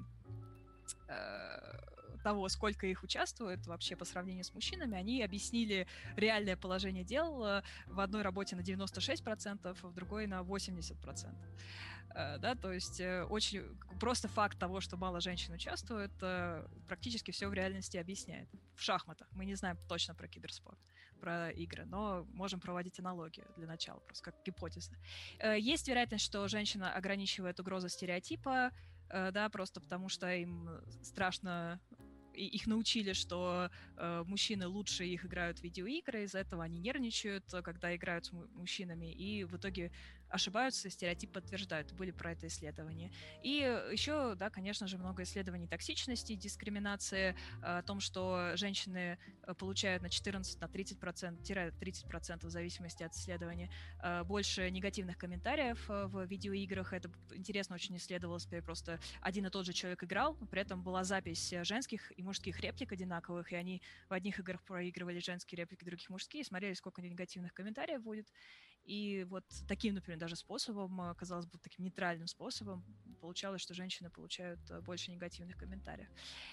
того, сколько их участвует вообще по сравнению с мужчинами, они объяснили реальное положение дел в одной работе на 96%, в другой на 80%. Да, то есть очень просто факт того, что мало женщин участвует, практически все в реальности объясняет. В шахматах. Мы не знаем точно про киберспорт, про игры, но можем проводить аналогию для начала, просто как гипотеза. Есть вероятность, что женщина ограничивает угрозу стереотипа, да, просто потому что им страшно, их научили, что мужчины лучше их играют в видеоигры, из-за этого они нервничают, когда играют с мужчинами, и в итоге ошибаются, стереотип подтверждают. Были про это исследования. И еще, да, конечно же, много исследований токсичности, дискриминации, о том, что женщины получают на 14-30% в зависимости от исследования больше негативных комментариев в видеоиграх. Это интересно очень исследовалось. Просто один и тот же человек играл, но при этом была запись женских и мужских реплик одинаковых, и они в одних играх проигрывали женские реплики, в других мужские, смотрели, сколько негативных комментариев будет. И вот таким, например, даже способом, казалось бы, таким нейтральным способом, получалось, что женщины получают больше негативных комментариев.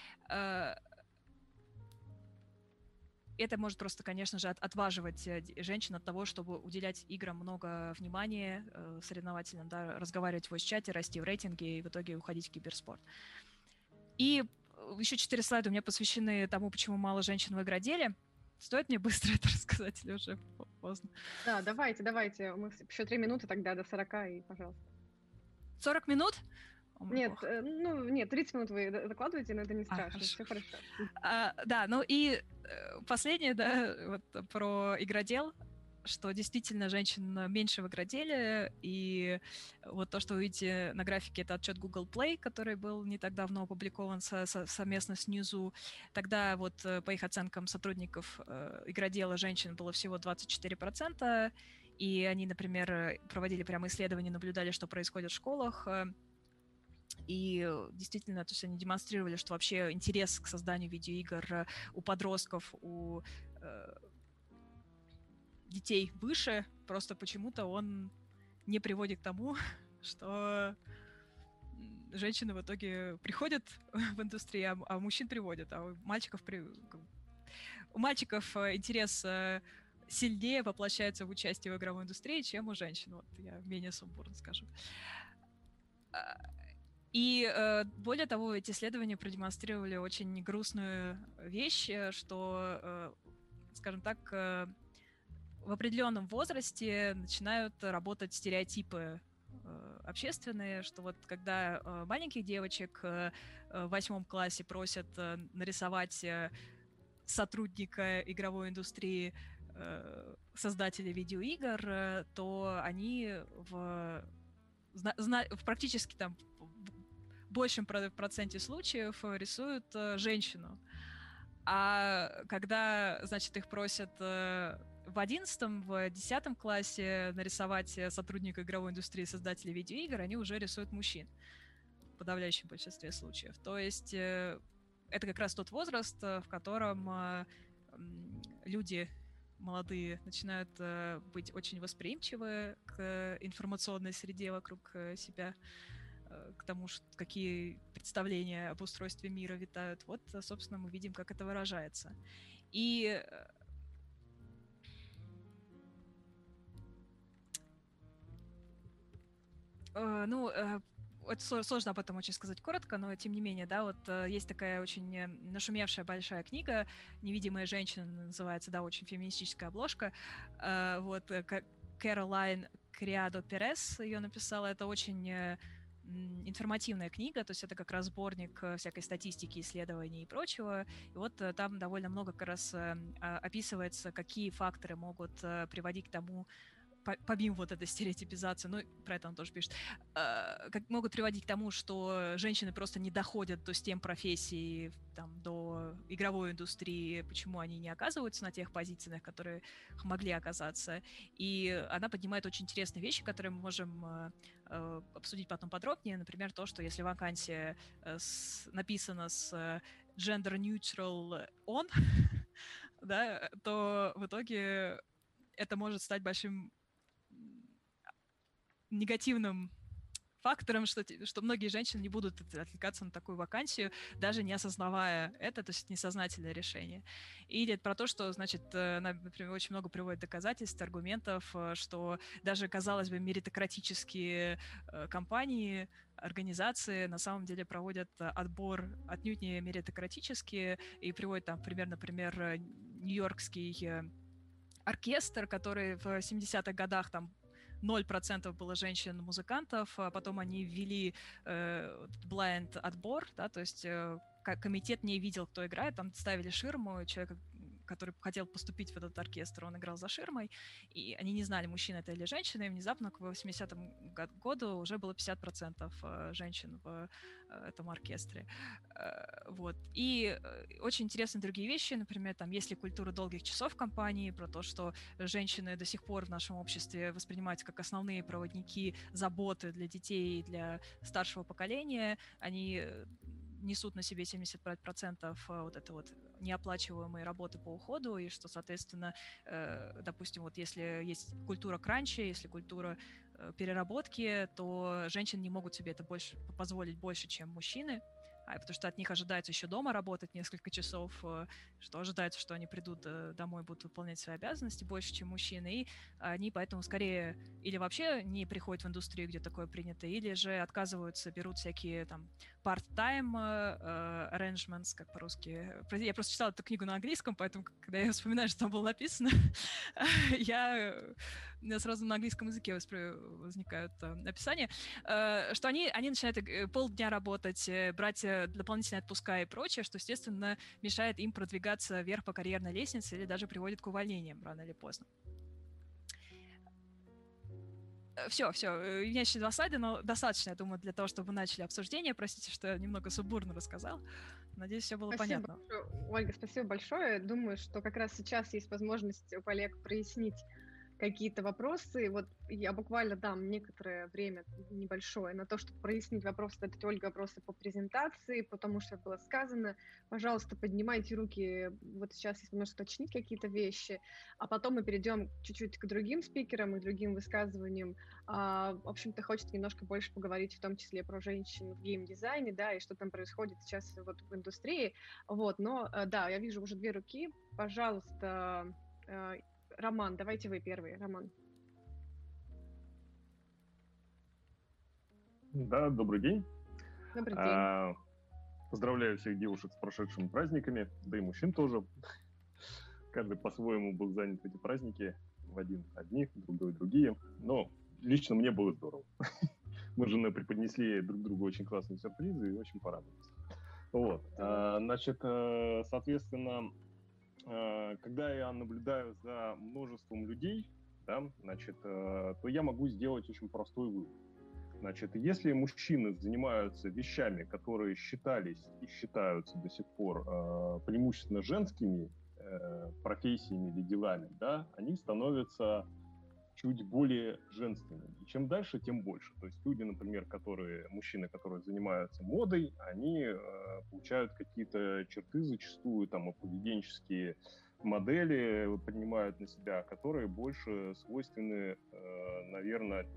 Это может просто, конечно же, отваживать женщин от того, чтобы уделять играм много внимания, соревновательным, да, разговаривать в voice-чате, расти в рейтинге и в итоге уходить в киберспорт. И еще 4 слайда у меня посвящены тому, почему мало женщин в игроделе. Стоит мне быстро это рассказать или уже поздно? Да, давайте. Мы еще 3 минуты тогда до 40, и, пожалуйста. 40 минут? Нет, 30 минут вы докладываете, но это не страшно, хорошо. все хорошо. Да, ну и последнее, да, вот про игродел, что действительно женщин меньше в игроделе, и вот то, что вы видите на графике, это отчет Google Play, который был не так давно опубликован совместно с Newzoo. Тогда вот по их оценкам сотрудников игродела женщин было всего 24%, и они, например, проводили прямо исследования, наблюдали, что происходит в школах, и действительно, то есть они демонстрировали, что вообще интерес к созданию видеоигр у подростков, у детей выше, просто почему-то он не приводит к тому, что женщины в итоге приходят в индустрию, а мужчин приводят, а у мальчиков интерес сильнее воплощается в участие в игровой индустрии, чем у женщин. Вот я менее сумбурно скажу. И более того, эти исследования продемонстрировали очень грустную вещь, что, скажем так, в определенном возрасте начинают работать стереотипы общественные, что вот когда маленьких девочек в 8 классе просят нарисовать сотрудника игровой индустрии, создателя видеоигр, то они в практически там большем проценте случаев рисуют женщину. А когда, значит, их просят в 11-м, в 10 классе нарисовать сотрудника игровой индустрии, создателя видеоигр, они уже рисуют мужчин в подавляющем большинстве случаев. То есть это как раз тот возраст, в котором люди молодые начинают быть очень восприимчивы к информационной среде вокруг себя, к тому, какие представления об устройстве мира витают. Вот, собственно, мы видим, как это выражается. И это сложно об этом очень сказать коротко, но тем не менее, да, вот есть такая очень нашумевшая большая книга «Невидимая женщина» называется, да, очень феминистическая обложка. Вот Кэролайн Криадо Перес ее написала. Это очень информативная книга, то есть это как раз сборник всякой статистики, исследований и прочего. И вот там довольно много как раз описывается, какие факторы могут приводить к тому, помимо вот этой стереотипизации, ну, про это он тоже пишет, как могут приводить к тому, что женщины просто не доходят до STEM профессий, там, до игровой индустрии, почему они не оказываются на тех позициях, которые могли оказаться. И она поднимает очень интересные вещи, которые мы можем обсудить потом подробнее. Например, то, что если вакансия написана с gender neutral on, да, то в итоге это может стать большим негативным фактором, что многие женщины не будут откликаться на такую вакансию, даже не осознавая это, то есть несознательное решение. Или это про то, что, значит, например, очень много приводит доказательств, аргументов, что даже, казалось бы, меритократические компании, организации на самом деле проводят отбор отнюдь не меритократически и приводят там пример, например, нью-йоркский оркестр, который в 70-х годах там 0% было женщин-музыкантов, а потом они ввели blind отбор, да, то есть комитет не видел, кто играет, там ставили ширму, человека, который хотел поступить в этот оркестр, он играл за ширмой, и они не знали, мужчина это или женщина, и внезапно к 80-му году уже было 50% женщин в этом оркестре. Вот. И очень интересные другие вещи, например, там есть ли культура долгих часов в компании, про то, что женщины до сих пор в нашем обществе воспринимаются как основные проводники заботы для детей и для старшего поколения, они несут на себе 75% вот это вот неоплачиваемой работы по уходу, и что, соответственно, допустим, вот если есть культура кранча, если культура переработки, то женщины не могут себе это позволить больше, чем мужчины, потому что от них ожидается еще дома работать несколько часов, что ожидается, что они придут домой, будут выполнять свои обязанности больше, чем мужчины, и они поэтому скорее или вообще не приходят в индустрию, где такое принято, или же отказываются, берут всякие там part-time arrangements, как по-русски. Я просто читала эту книгу на английском, поэтому, когда я вспоминаю, что там было написано, у меня сразу на английском языке возникают описания, что они начинают полдня работать, брать дополнительные отпуска и прочее, что, естественно, мешает им продвигаться вверх по карьерной лестнице или даже приводит к увольнениям рано или поздно. Все, у меня еще 2 слайда, но достаточно, я думаю, для того, чтобы мы начали обсуждение. Простите, что я немного сумбурно рассказал. Надеюсь, все было понятно. Большое. Ольга, спасибо большое. Думаю, что как раз сейчас есть возможность у коллег прояснить какие-то вопросы. Вот я буквально дам некоторое время небольшое на то, чтобы прояснить вопросы, задать Ольге вопросы по презентации, по тому, что было сказано. Пожалуйста, поднимайте руки. Вот сейчас есть возможность уточнить какие-то вещи, а потом мы перейдем чуть-чуть к другим спикерам и другим высказываниям. В общем-то, хочется немножко больше поговорить, в том числе про женщин в геймдизайне, да, и что там происходит сейчас вот в индустрии. Вот, но да, я вижу уже 2 руки. Пожалуйста, Роман, давайте вы первый, Роман. Да, добрый день. Добрый день. Поздравляю всех девушек с прошедшими праздниками, да и мужчин тоже. Каждый по-своему был занят в эти праздники. В один одни, другой другие. Но лично мне было здорово. Мы с женой преподнесли друг другу очень классные сюрпризы и очень порадовались. Вот. Значит, соответственно, когда я наблюдаю за множеством людей, да, значит, то я могу сделать очень простой вывод. Значит, если мужчины занимаются вещами, которые считались и считаются до сих пор преимущественно женскими профессиями или делами, да, они становятся чуть более женственными. И чем дальше, тем больше. То есть люди, например, мужчины, которые занимаются модой, они получают какие-то черты зачастую, там, поведенческие модели принимают на себя, которые больше свойственны, наверное,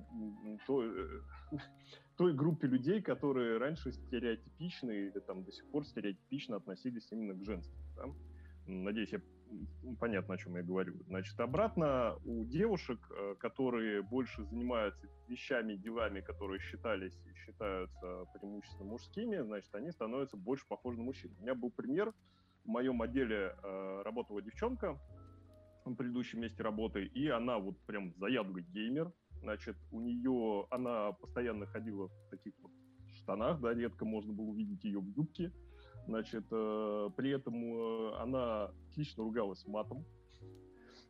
той группе людей, которые раньше стереотипично или там до сих пор стереотипично относились именно к женским. Да? Надеюсь, понятно, о чем я говорю. Значит, обратно у девушек, которые больше занимаются вещами, делами, которые считались и считаются преимущественно мужскими, значит, они становятся больше похожи на мужчин. У меня был пример. В моем отделе работала девчонка в предыдущем месте работы, и она вот прям заядлый геймер. Значит, она постоянно ходила в таких вот штанах, да, редко можно было увидеть ее в юбке. Значит, при этом она отлично ругалась матом.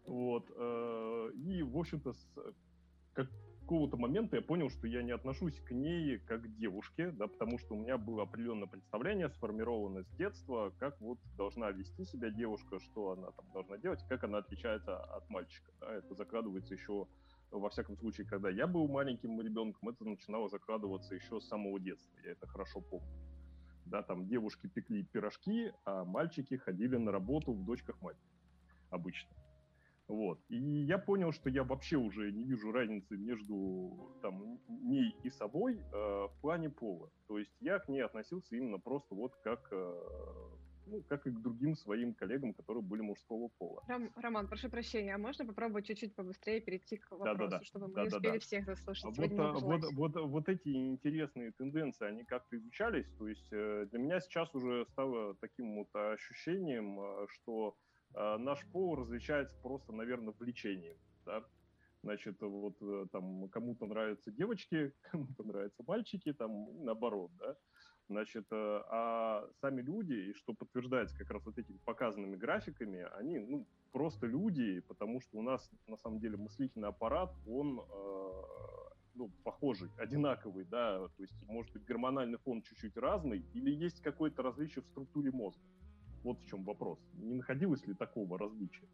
Вот. И, в общем-то, с какого-то момента я понял, что я не отношусь к ней как к девушке, да, потому что у меня было определенное представление, сформированное с детства, как вот должна вести себя девушка, что она там должна делать, как она отличается от мальчика. Да. Это закрадывается еще, во всяком случае, когда я был маленьким ребенком, это начинало закрадываться еще с самого детства, я это хорошо помню. Да, там девушки пекли пирожки, а мальчики ходили на работу в дочках матери обычно. Вот. И я понял, что я вообще уже не вижу разницы между там, ней и собой в плане пола. То есть я к ней относился именно просто вот как, ну, как и к другим своим коллегам, которые были мужского пола. Роман, прошу прощения, а можно попробовать чуть-чуть побыстрее перейти к вопросу, Да-да-да. чтобы мы Да-да-да. успели всех заслушать? Вот, Сегодня много желающих. вот эти интересные тенденции, они как-то изучались. То есть для меня сейчас уже стало таким вот ощущением, что наш пол различается просто, наверное, влечением. Да? Значит, вот там кому-то нравятся девочки, кому-то нравятся мальчики, там наоборот, да. Значит, а сами люди, и что подтверждается как раз вот этими показанными графиками, они, ну, просто люди, потому что у нас, на самом деле, мыслительный аппарат, он, ну, похожий, одинаковый, да, то есть, может быть, гормональный фон чуть-чуть разный, или есть какое-то различие в структуре мозга. Вот в чем вопрос. Не находилось ли такого различия?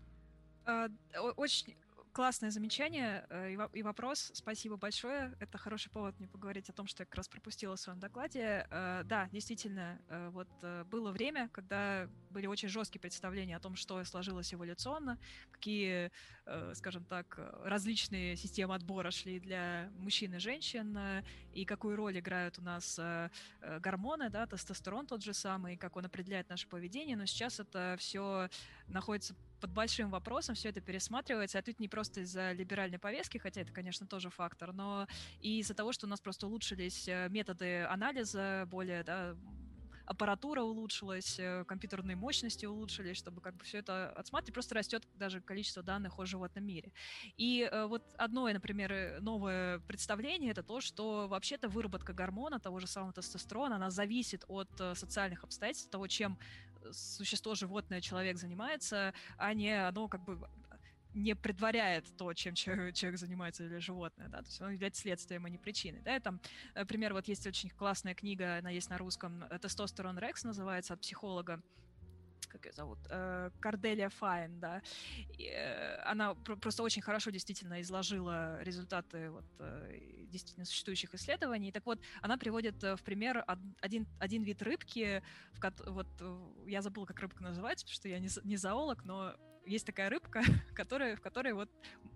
Очень классное замечание и вопрос. Спасибо большое. Это хороший повод мне поговорить о том, что я как раз пропустила в своем докладе. Да, действительно, вот было время, когда были очень жесткие представления о том, что сложилось эволюционно, какие, скажем так, различные системы отбора шли для мужчин и женщин, и какую роль играют у нас гормоны, да, тестостерон тот же самый, как он определяет наше поведение. Но сейчас это все находится под большим вопросом, все это пересматривается, а тут не просто из-за либеральной повестки, хотя это, конечно, тоже фактор, но и из-за того, что у нас просто улучшились методы анализа, более, да, аппаратура улучшилась, компьютерные мощности улучшились, чтобы как бы все это отсматривать, просто растет даже количество данных о животном мире. И вот одно, например, новое представление — это то, что вообще-то выработка гормона, того же самого тестостерона, она зависит от социальных обстоятельств, того, чем существо, животное, человек занимается, а не оно как бы не предваряет то, чем человек занимается или животное, да, то есть оно является следствием, а не причиной, да, и там, например, вот есть очень классная книга, она есть на русском, «Тестостерон Рекс» называется, от психолога, как ее зовут, Корделия Файн, да, и, она просто очень хорошо действительно изложила результаты вот, действительно существующих исследований. Так вот, она приводит в пример один вид рыбки, вот я забыла, как рыбка называется, потому что я не зоолог, но есть такая рыбка, в которой вот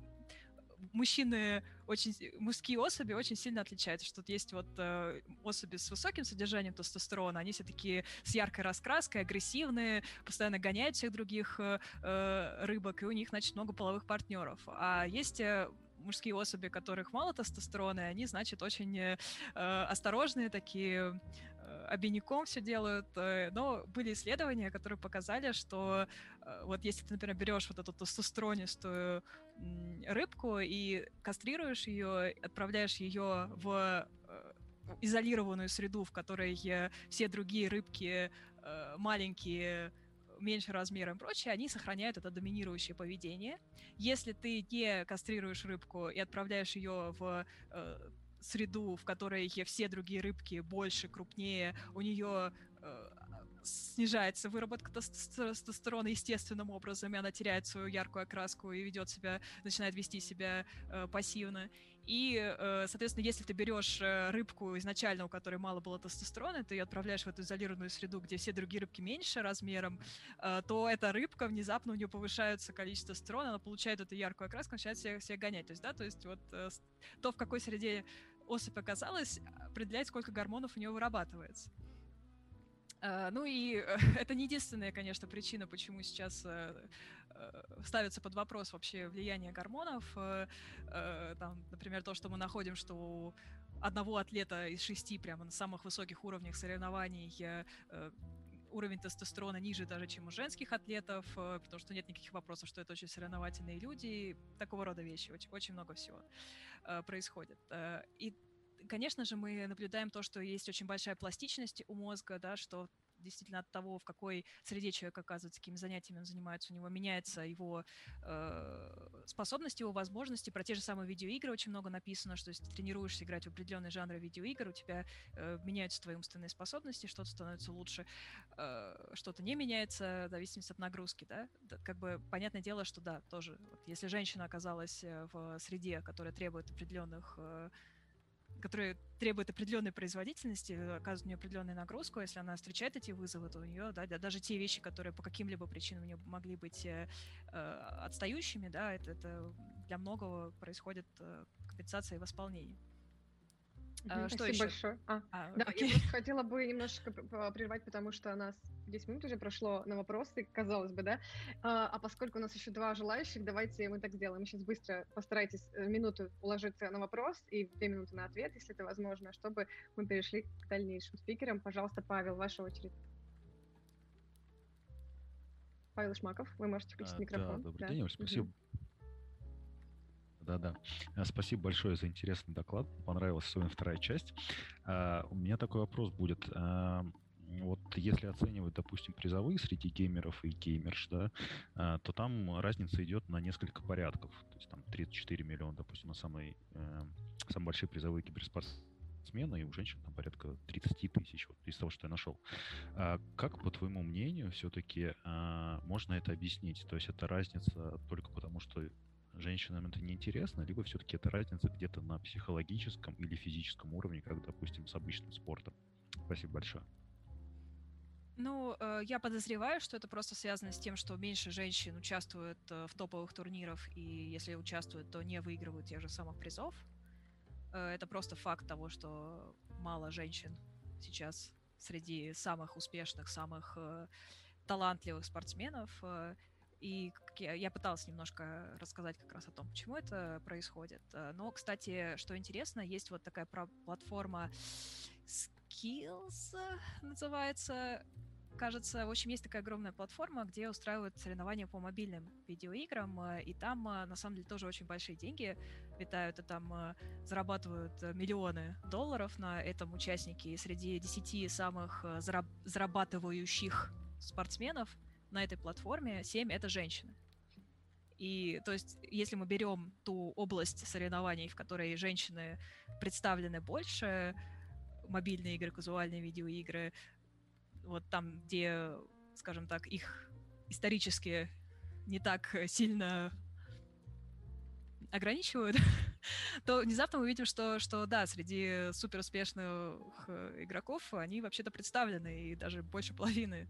мужские особи очень сильно отличаются, что тут есть вот особи с высоким содержанием тестостерона, они все такие с яркой раскраской, агрессивные, постоянно гоняют всех других рыбок, и у них, значит, много половых партнеров. А есть мужские особи, у которых мало тестостерона, и они, значит, очень осторожные такие, обиняком все делают, но были исследования, которые показали, что вот если ты, например, берешь вот эту тестостеронистую рыбку и кастрируешь ее, отправляешь ее в изолированную среду, в которой все другие рыбки маленькие, меньше размером и прочее, они сохраняют это доминирующее поведение. Если ты не кастрируешь рыбку и отправляешь ее в среду, в которой все другие рыбки больше, крупнее, у нее снижается выработка тестостерона естественным образом, и она теряет свою яркую окраску и начинает вести себя пассивно. И, соответственно, если ты берешь рыбку изначально, у которой мало было тестостерона, ты ее отправляешь в эту изолированную среду, где все другие рыбки меньше размером, то эта рыбка внезапно, у нее повышается количество тестостерона, она получает эту яркую окраску, начинает всех гонять. То есть, да, то есть вот то, в какой среде особь оказалась, определяет, сколько гормонов у нее вырабатывается. Ну и это не единственная, конечно, причина, почему сейчас ставится под вопрос вообще влияние гормонов. Там, например, то, что мы находим, что у одного атлета из 6 прямо на самых высоких уровнях соревнований уровень тестостерона ниже даже, чем у женских атлетов, потому что нет никаких вопросов, что это очень соревновательные люди. Такого рода вещи. Очень, очень много всего происходит. И конечно же, мы наблюдаем то, что есть очень большая пластичность у мозга, да, что действительно от того, в какой среде человек оказывается, какими занятиями он занимается, у него меняется его способности, его возможности. Про те же самые видеоигры очень много написано, что если ты тренируешься играть в определенные жанры видеоигр, у тебя меняются твои умственные способности, что-то становится лучше, что-то не меняется, в зависимости от нагрузки, да. Как бы понятное дело, что да, тоже, вот, если женщина оказалась в среде, которая требует определенной производительности, оказывает на нее определенную нагрузку, если она встречает эти вызовы, то у нее, да, даже те вещи, которые по каким-либо причинам у нее могли быть отстающими, да, это для многого происходит компенсация и восполнение. Что Спасибо еще? большое. Да, Окей. я просто хотела бы немножечко прервать, потому что у нас 10 минут уже прошло на вопросы, казалось бы, да. А поскольку у нас еще 2 желающих, давайте мы так сделаем. Сейчас быстро постарайтесь минуту уложиться на вопрос и 2 минуты на ответ, если это возможно, чтобы мы перешли к дальнейшим спикерам. Пожалуйста, Павел, ваша очередь. Павел Шмаков, вы можете включить микрофон. Да, добрый день, спасибо. Да. Спасибо большое за интересный доклад. Понравилась особенно вторая часть. У меня такой вопрос будет. Вот если оценивать, допустим, призовые среди геймеров и геймерш, да, то там разница идет на несколько порядков. То есть там 34 миллиона, допустим, на самые большие призовые киберспортсмены, и у женщин там порядка 30 тысяч, вот из того, что я нашел. Как, по твоему мнению, все-таки можно это объяснить? То есть это разница только потому, что женщинам это неинтересно, либо все-таки это разница где-то на психологическом или физическом уровне, как, допустим, с обычным спортом? Спасибо большое. Ну, я подозреваю, что это просто связано с тем, что меньше женщин участвуют в топовых турнирах, и если участвуют, то не выигрывают тех же самых призов. Это просто факт того, что мало женщин сейчас среди самых успешных, самых талантливых спортсменов. И я пыталась немножко рассказать как раз о том, почему это происходит. Но, кстати, что интересно, есть вот такая платформа Skills, называется. Кажется, в общем, есть такая огромная платформа, где устраивают соревнования по мобильным видеоиграм, и там, на самом деле, тоже очень большие деньги витают, и там зарабатывают миллионы долларов на этом участники. И среди 10 самых зарабатывающих спортсменов на этой платформе 7 — это женщины. И, то есть, если мы берем ту область соревнований, в которой женщины представлены больше, мобильные игры, казуальные видеоигры, вот там, где, скажем так, их исторически не так сильно ограничивают, то внезапно мы видим, что да, среди суперуспешных игроков они вообще-то представлены, и даже больше половины.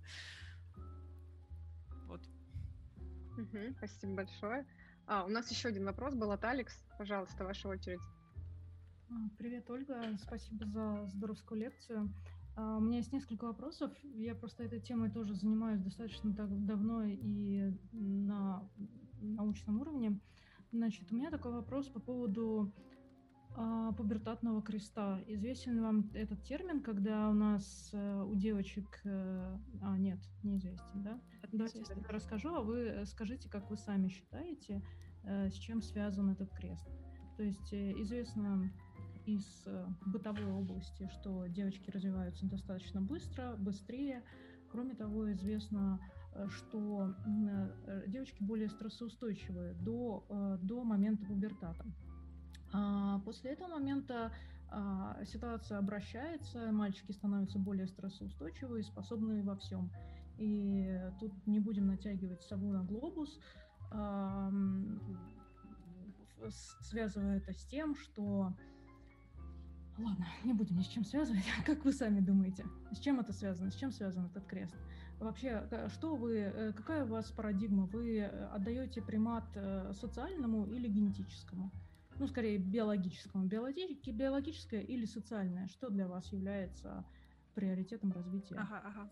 Вот. Спасибо большое. У нас еще один вопрос был от Алекс. Пожалуйста, ваша очередь. Привет, Ольга. Спасибо за здоровскую лекцию. У меня есть несколько вопросов. Я просто этой темой тоже занимаюсь достаточно давно и на научном уровне. Значит, у меня такой вопрос по поводу пубертатного креста. Известен вам этот термин, когда у нас у девочек... нет, неизвестен, да? Давайте я тогда расскажу, а вы скажите, как вы сами считаете, с чем связан этот крест. То есть известно из бытовой области, что девочки развиваются достаточно быстрее. Кроме того, известно, что девочки более стрессоустойчивые до момента пубертата. После этого момента ситуация обращается, мальчики становятся более стрессоустойчивые и способны во всем. И тут не будем натягивать сову на глобус, связывая это с тем, что... Ладно, не будем ни с чем связывать. Как вы сами думаете? С чем это связано? С чем связан этот крест? Вообще, какая у вас парадигма? Вы отдаете примат социальному или генетическому? Ну, скорее, биологическому. Биологическое или социальное? Что для вас является приоритетом развития?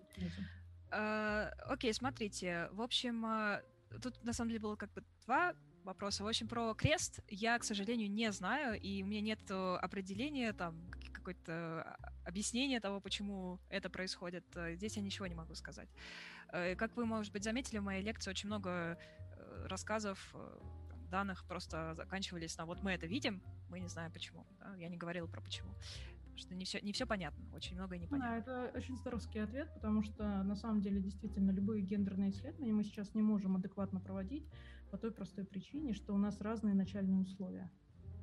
Окей, смотрите. В общем, тут на самом деле было как бы два вопроса. В общем, про крест я, к сожалению, не знаю, и у меня нет определения, там, какое-то объяснения того, почему это происходит. Здесь я ничего не могу сказать. Как вы, может быть, заметили, в моей лекции очень много рассказов, данных просто заканчивались на «вот мы это видим, мы не знаем почему». Да? Я не говорила про почему. что не все понятно, очень многое Да, непонятно. это очень здоровский ответ, потому что на самом деле действительно любые гендерные исследования мы сейчас не можем адекватно проводить по той простой причине, что у нас разные начальные условия.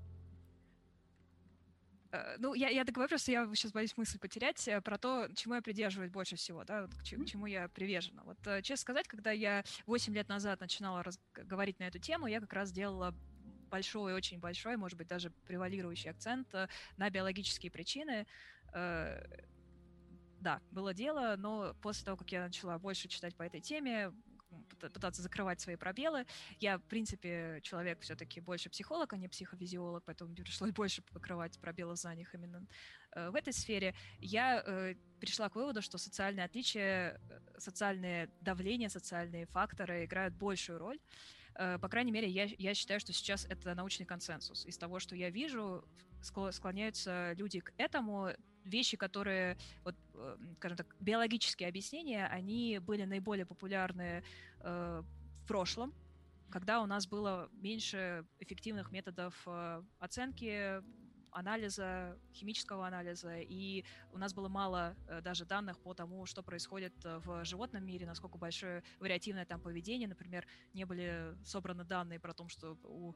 Ну, я договорю, просто я сейчас боюсь мысль потерять про то, чему я придерживаюсь больше всего, да, вот к чему я привержена. Вот, честно сказать, когда я 8 лет назад начинала говорить на эту тему, я как раз делала большой, очень большой, может быть, даже превалирующий акцент на биологические причины. Да, было дело, но после того, как я начала больше читать по этой теме, пытаться закрывать свои пробелы. Я, в принципе, человек все-таки больше психолог, а не психофизиолог, поэтому мне пришлось больше покрывать пробелы в знаниях именно в этой сфере. Я пришла к выводу, что социальные отличия, социальное давление, социальные факторы играют большую роль. По крайней мере, я считаю, что сейчас это научный консенсус. Из того, что я вижу, склоняются люди к этому. Вещи, которые, вот, скажем так, биологические объяснения, они были наиболее популярны в прошлом, когда у нас было меньше эффективных методов оценки, анализа, химического анализа, и у нас было мало даже данных по тому, что происходит в животном мире, насколько большое вариативное там поведение. Например, не были собраны данные про то, что у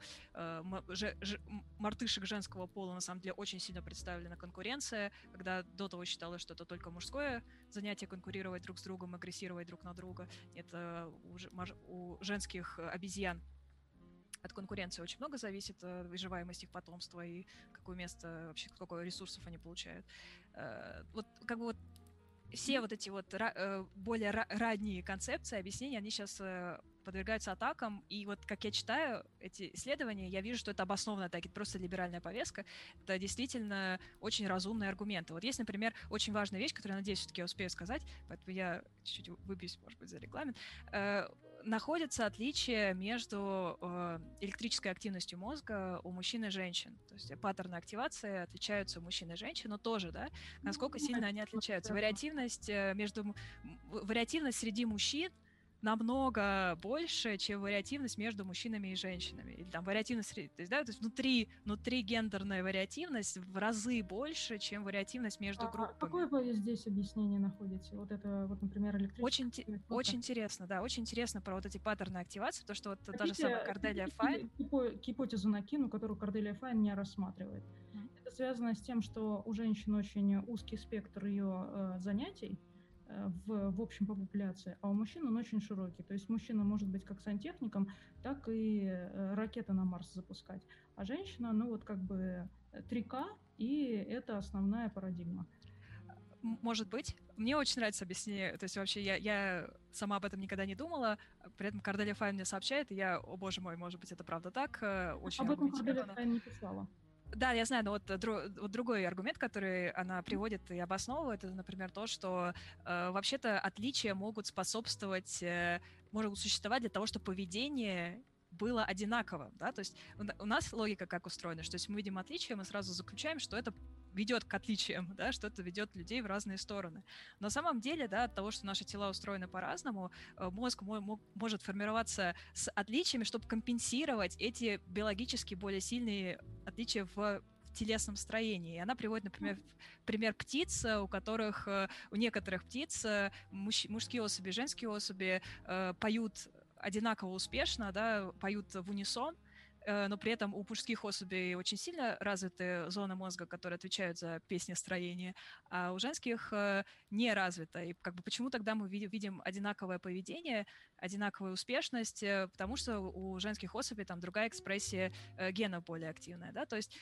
мартышек женского пола на самом деле очень сильно представлена конкуренция, когда до того считалось, что это только мужское занятие конкурировать друг с другом, агрессировать друг на друга. Это у женских обезьян от конкуренции очень много зависит, выживаемость их потомства и какое место, вообще сколько ресурсов они получают. Вот как бы вот все вот эти вот более ранние концепции, объяснения, они сейчас подвергаются атакам, и вот как я читаю эти исследования, я вижу, что это обоснованная атака, это просто либеральная повестка, это действительно очень разумные аргументы. Вот есть, например, очень важная вещь, которую, надеюсь, все-таки я успею сказать, поэтому я чуть-чуть выбьюсь, может быть, за регламент. Находится отличие между электрической активностью мозга у мужчин и женщин. То есть паттерны активации отличаются у мужчин и женщин, но тоже, да, насколько сильно они отличаются. Вариативность среди мужчин намного больше, чем вариативность между мужчинами и женщинами. Или там вариативность, то есть, да, то есть внутри гендерная вариативность в разы больше, чем вариативность между группами. Какое вы здесь объяснение находите? Вот это, вот, например, электрическое... Очень интересно, да, очень интересно про вот эти паттерны активации, потому что вот та же самая Корделия Файн... Гипотезу накину, которую Корделия Файн не рассматривает. Это связано с тем, что у женщин очень узкий спектр ее занятий, в общем по популяции, а у мужчин он очень широкий. То есть мужчина может быть как сантехником, так и ракеты на Марс запускать. А женщина, ну вот как бы 3К, и это основная парадигма. Может быть. Мне очень нравится объяснение. То есть вообще я сама об этом никогда не думала. При этом Корделия Файн мне сообщает, и я, о боже мой, может быть, это правда так. Очень об этом Корделия Файн не писала. Да, я знаю, но вот другой аргумент, который она приводит и обосновывает, это, например, то, что вообще-то отличия могут существовать для того, чтобы поведение было одинаковым, да, то есть у нас логика как устроена, что если мы видим отличия, мы сразу заключаем, что это ведет к отличиям, да, что это ведет людей в разные стороны. Но на самом деле, да, от того, что наши тела устроены по-разному, мозг может формироваться с отличиями, чтобы компенсировать эти биологически более сильные отличия в телесном строении. И она приводит, например, пример птиц, у некоторых птиц мужские особи, женские особи поют одинаково успешно, да, поют в унисон, но при этом у мужских особей очень сильно развиты зоны мозга, которые отвечают за песнестроение, а у женских не развито. И как бы почему тогда мы видим одинаковое поведение, одинаковую успешность? Потому что у женских особей там другая экспрессия генов более активная, да, то есть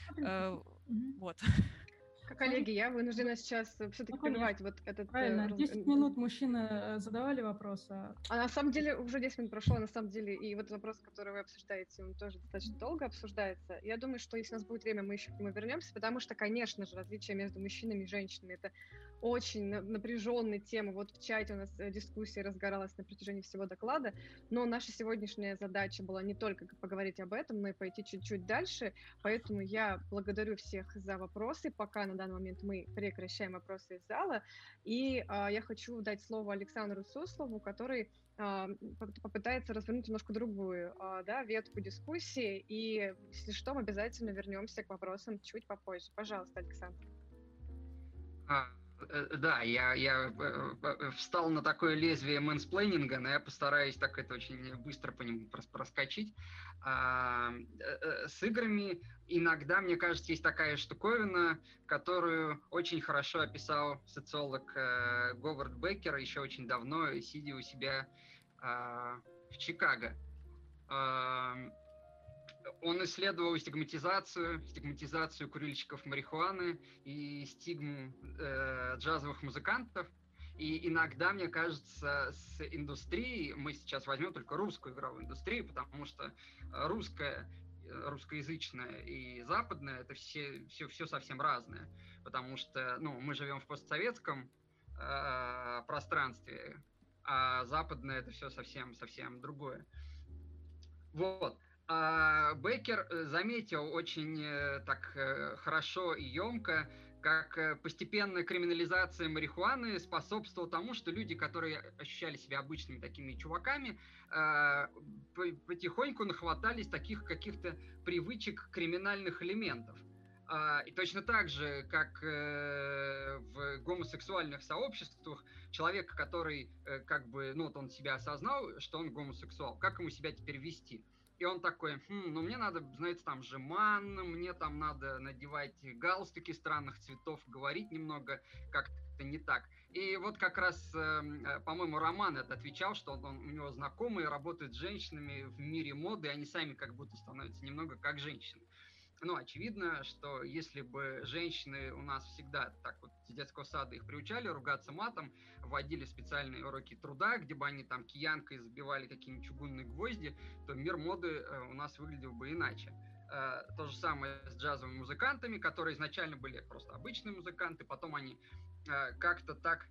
вот. Коллеги, я вынуждена сейчас все-таки прервать вот этот... Правильно, 10 минут мужчины задавали вопросы. А на самом деле уже 10 минут прошло, на самом деле, и вот вопрос, который вы обсуждаете, он тоже достаточно долго обсуждается. Я думаю, что если у нас будет время, мы еще к нему вернемся, потому что, конечно же, различия между мужчинами и женщинами — это очень напряженная тема. Вот в чате у нас дискуссия разгоралась на протяжении всего доклада, но наша сегодняшняя задача была не только поговорить об этом, но и пойти чуть-чуть дальше, поэтому я благодарю всех за вопросы. Пока на данный момент мы прекращаем вопросы из зала, и я хочу дать слово Александру Суслову, который попытается развернуть немножко другую ветку дискуссии, и если что, мы обязательно вернемся к вопросам чуть попозже. Пожалуйста, Александр. Да, я встал на такое лезвие мэнсплейнинга, но я постараюсь так это очень быстро по нему проскочить. С играми иногда, мне кажется, есть такая штуковина, которую очень хорошо описал социолог Говард Беккер еще очень давно, сидя у себя в Чикаго. Он исследовал стигматизацию курильщиков марихуаны и стигму джазовых музыкантов. И иногда, мне кажется, с индустрией, мы сейчас возьмем только русскую игровую индустрию, потому что русскоязычная и западная, это все совсем разное. Потому что мы живем в постсоветском пространстве, а западное это все совсем другое. Вот. Беккер заметил очень так хорошо и емко, как постепенная криминализация марихуаны способствовала тому, что люди, которые ощущали себя обычными такими чуваками, потихоньку нахватались таких каких-то привычек криминальных элементов. И точно так же, как в гомосексуальных сообществах, человек, который он себя осознал, что он гомосексуал, как ему себя теперь вести? И он такой, мне надо, знаете, там жеман, мне там надо надевать галстуки странных цветов, говорить немного как-то не так. И вот как раз, по-моему, Роман это отвечал, что у него знакомые работают с женщинами в мире моды, и они сами как будто становятся немного как женщины. Очевидно, что если бы женщины у нас всегда так вот с детского сада их приучали ругаться матом, вводили специальные уроки труда, где бы они там киянкой забивали какие-нибудь чугунные гвозди, то мир моды у нас выглядел бы иначе. То же самое с джазовыми музыкантами, которые изначально были просто обычные музыканты, потом они как-то так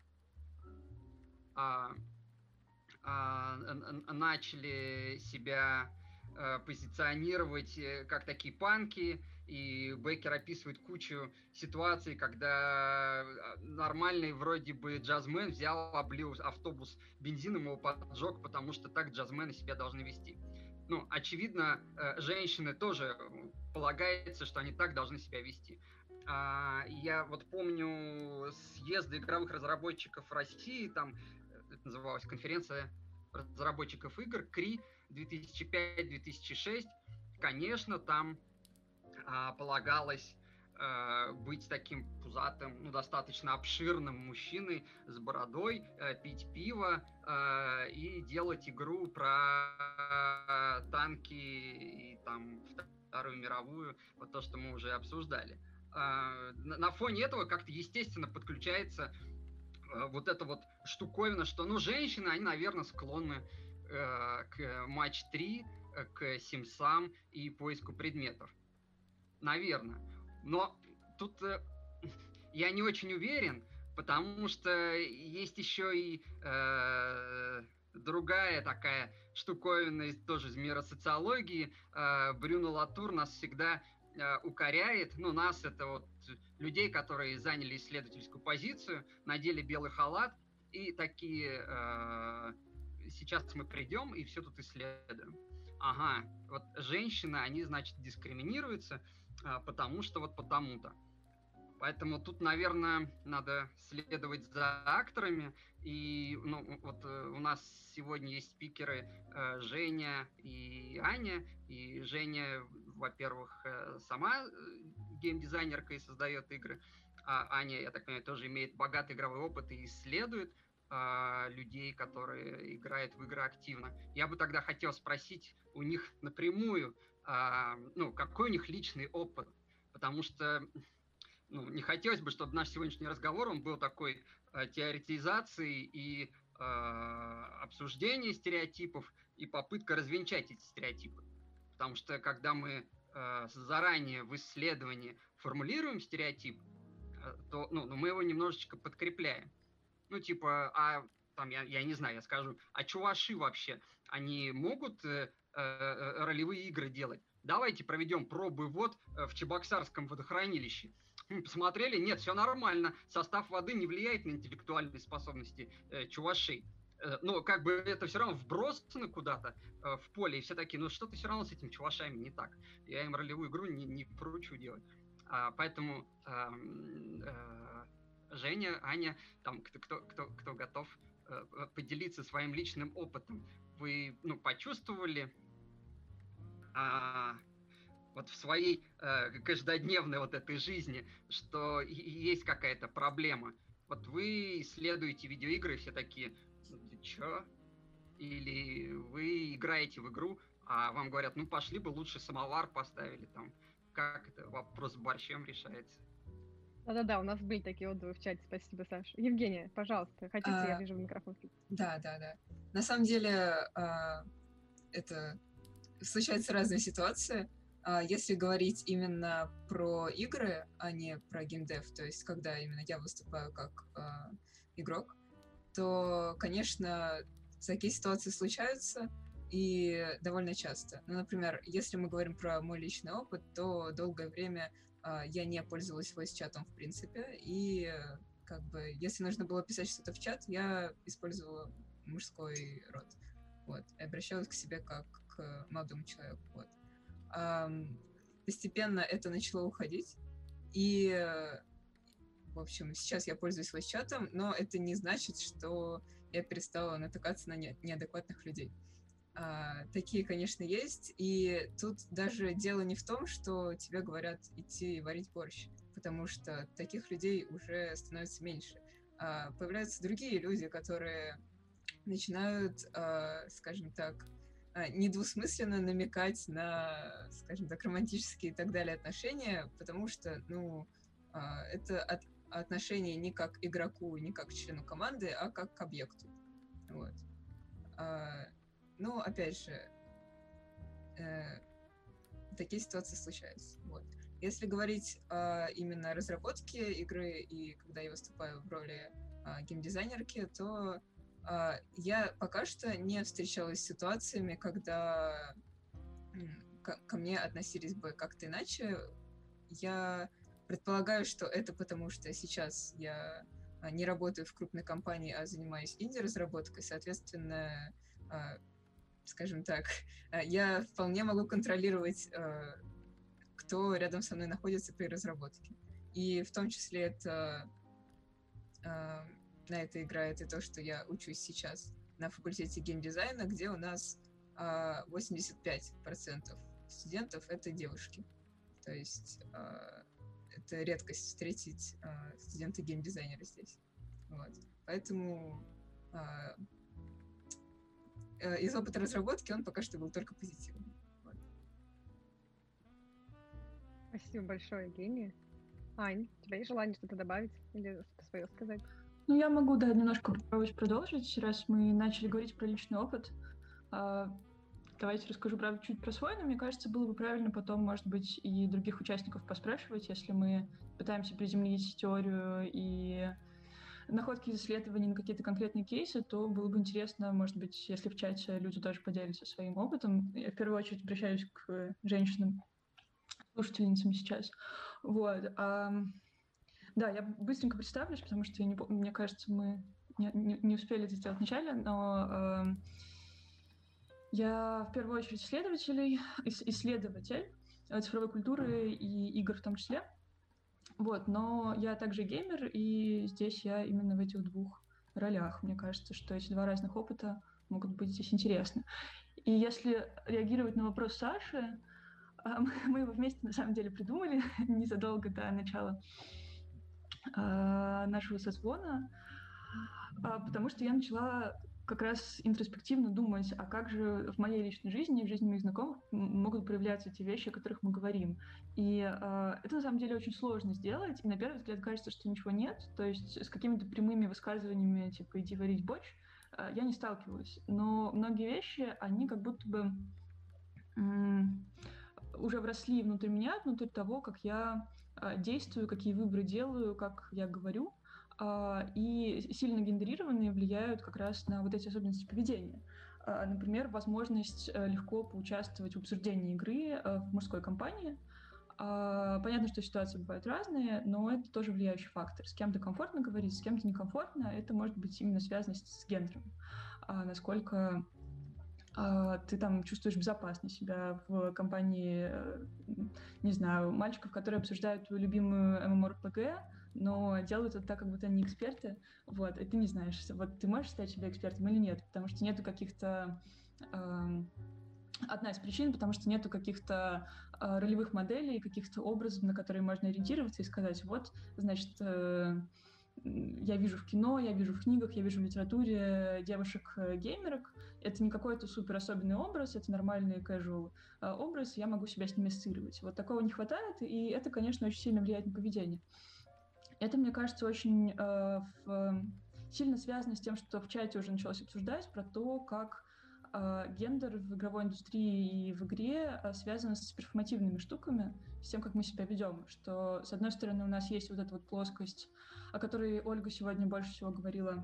начали себя позиционировать как такие панки, и Беккер описывает кучу ситуаций, когда нормальный вроде бы джазмен взял, облил автобус бензином, его поджег, потому что так джазмены себя должны вести. Очевидно, женщины тоже полагается, что они так должны себя вести. Я вот помню съезды игровых разработчиков России, там это называлась конференция разработчиков игр, КРИ, 2005-2006, конечно, там полагалось быть таким пузатым, достаточно обширным мужчиной с бородой, пить пиво и делать игру про танки и там Вторую мировую, вот то, что мы уже обсуждали. На фоне этого как-то естественно подключается вот эта вот штуковина, что, женщины, они, наверное, склонны к матч-3, к симсам и поиску предметов. Наверное. Но тут я не очень уверен, потому что есть еще и другая такая штуковина тоже из мира социологии. Брюно Латур нас всегда укоряет, нас это вот людей, которые заняли исследовательскую позицию, надели белый халат и такие... Сейчас мы придем и все тут исследуем. Ага, вот женщины, они, значит, дискриминируются, потому что вот потому-то. Поэтому тут, наверное, надо следовать за акторами. И вот у нас сегодня есть спикеры Женя и Аня. И Женя, во-первых, сама геймдизайнерка и создает игры. А Аня, я так понимаю, тоже имеет богатый игровой опыт и исследует людей, которые играют в игры активно. Я бы тогда хотел спросить у них напрямую, какой у них личный опыт. Потому что не хотелось бы, чтобы наш сегодняшний разговор он был такой теоретизацией и обсуждения стереотипов и попытка развенчать эти стереотипы. Потому что когда мы заранее в исследовании формулируем стереотип, то мы его немножечко подкрепляем. Я не знаю, я скажу, а чуваши вообще, они могут ролевые игры делать? Давайте проведем пробы ввод в Чебоксарском водохранилище. Посмотрели? Нет, все нормально. Состав воды не влияет на интеллектуальные способности чувашей. Но как бы это все равно вбросано куда-то в поле, и все такие, что-то все равно с этими чувашами не так. Я им ролевую игру не поручу делать. Поэтому Женя, Аня, там, кто готов поделиться своим личным опытом. Вы, почувствовали вот в своей каждодневной вот этой жизни, что есть какая-то проблема? Вот вы исследуете видеоигры, все такие, ты чё? Или вы играете в игру, а вам говорят, пошли бы лучше самовар поставили там. Как это вопрос с борщем решается? Да-да-да, у нас были такие отзывы в чате, спасибо, Саша. Евгения, пожалуйста, хотите, я вижу в микрофон. Да. На самом деле, это случаются разные ситуации. Если говорить именно про игры, а не про геймдев, то есть когда именно я выступаю как игрок, то, конечно, такие ситуации случаются и довольно часто. Например, если мы говорим про мой личный опыт, то долгое время я не пользовалась voice-чатом в принципе, и если нужно было писать что-то в чат, я использовала мужской род. Вот, и обращалась к себе как к молодому человеку. Вот. Постепенно это начало уходить, и, в общем, сейчас я пользуюсь voice-чатом, но это не значит, что я перестала натыкаться на неадекватных людей. Такие, конечно, есть, и тут даже дело не в том, что тебе говорят идти варить борщ, потому что таких людей уже становится меньше. Появляются другие люди, которые начинают, скажем так, недвусмысленно намекать на, скажем так, романтические и так далее отношения, потому что, это отношения не как к игроку, не как к члену команды, а как к объекту. Вот. Опять же, такие ситуации случаются. Вот. Если говорить именно о разработке игры и когда я выступаю в роли геймдизайнерки, то я пока что не встречалась с ситуациями, когда ко мне относились бы как-то иначе. Я предполагаю, что это потому, что сейчас я не работаю в крупной компании, а занимаюсь инди-разработкой, соответственно, скажем так, я вполне могу контролировать, кто рядом со мной находится при разработке. И в том числе это на это играет и то, что я учусь сейчас на факультете геймдизайна, где у нас 85% студентов — это девушки. То есть это редкость встретить студента геймдизайнера здесь. Вот. Поэтому из опыта разработки он пока что был только позитивный. Вот. Спасибо большое, Евгения. Ань, у тебя есть желание что-то добавить или что-то свое сказать? Я могу, немножко попробовать продолжить, раз мы начали говорить про личный опыт. Давайте расскажу, правда, чуть про свой, но мне кажется, было бы правильно потом, может быть, и других участников поспрашивать, если мы пытаемся приземлить теорию и находки из исследований на какие-то конкретные кейсы, то было бы интересно, может быть, если в чате люди тоже поделятся своим опытом. Я в первую очередь обращаюсь к женщинам, слушательницам сейчас. Вот. Я быстренько представлюсь, потому что мне кажется, мы не успели это сделать вначале, но я в первую очередь исследователь цифровой культуры и игр в том числе. Вот, но я также геймер, и здесь я именно в этих двух ролях. Мне кажется, что эти два разных опыта могут быть здесь интересны. И если реагировать на вопрос Саши, мы его вместе на самом деле придумали незадолго до начала нашего созвона, потому что я начала как раз интроспективно думать, а как же в моей личной жизни, в жизни моих знакомых могут проявляться те вещи, о которых мы говорим. И это на самом деле очень сложно сделать, и на первый взгляд кажется, что ничего нет, то есть с какими-то прямыми высказываниями, типа «иди варить борщ», я не сталкивалась. Но многие вещи, они как будто бы уже вросли внутри меня, внутри того, как я действую, какие выборы делаю, как я говорю, и сильно гендерированные влияют как раз на вот эти особенности поведения. Например, возможность легко поучаствовать в обсуждении игры в мужской компании. Понятно, что ситуации бывают разные, но это тоже влияющий фактор. С кем-то комфортно говорить, с кем-то некомфортно. Это может быть именно связано с гендером. Насколько ты там чувствуешь безопасно себя в компании, не знаю, мальчиков, которые обсуждают твою любимую MMORPG, но делают это так, как будто они эксперты, вот, и ты не знаешь, вот ты можешь считать себя экспертом или нет, потому что нету каких-то... Одна из причин, потому что нету каких-то ролевых моделей, каких-то образов, на которые можно ориентироваться и сказать, вот, значит, я вижу в кино, я вижу в книгах, я вижу в литературе девушек-геймерок. Это не какой-то супер особенный образ, это нормальный casual образ, я могу себя с ними ассоциировать. Вот такого не хватает, и это, конечно, очень сильно влияет на поведение. Это, мне кажется, очень сильно связано с тем, что в чате уже началось обсуждать про то, как гендер в игровой индустрии и в игре связан с перформативными штуками, с тем, как мы себя ведем. Что, с одной стороны, у нас есть вот эта вот плоскость, о которой Ольга сегодня больше всего говорила,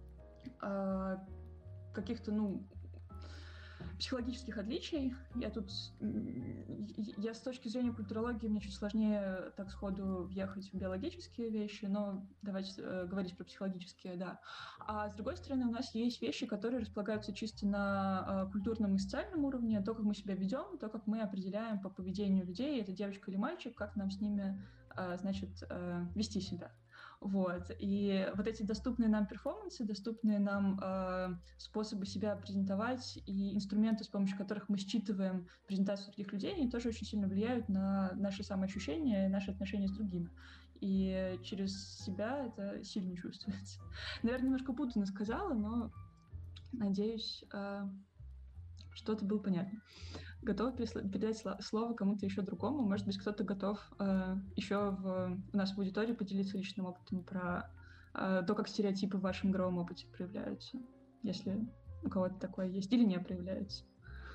каких-то, психологических отличий. Я с точки зрения культурологии, мне чуть сложнее так сходу въехать в биологические вещи, но давайте говорить про психологические, да. А с другой стороны, у нас есть вещи, которые располагаются чисто на культурном и социальном уровне, то, как мы себя ведем, то, как мы определяем по поведению людей, это девочка или мальчик, как нам с ними, вести себя. Вот. И вот эти доступные нам перформансы, доступные нам способы себя презентовать и инструменты, с помощью которых мы считываем презентацию других людей, они тоже очень сильно влияют на наши самоощущения и наши отношения с другими. И через себя это сильно чувствуется. Наверное, немножко путанно сказала, но надеюсь, что-то было понятно. Готова передать слово кому-то еще другому. Может быть, кто-то готов еще у нас в аудитории поделиться личным опытом про то, как стереотипы в вашем игровом опыте проявляются, если у кого-то такое есть, или не проявляется.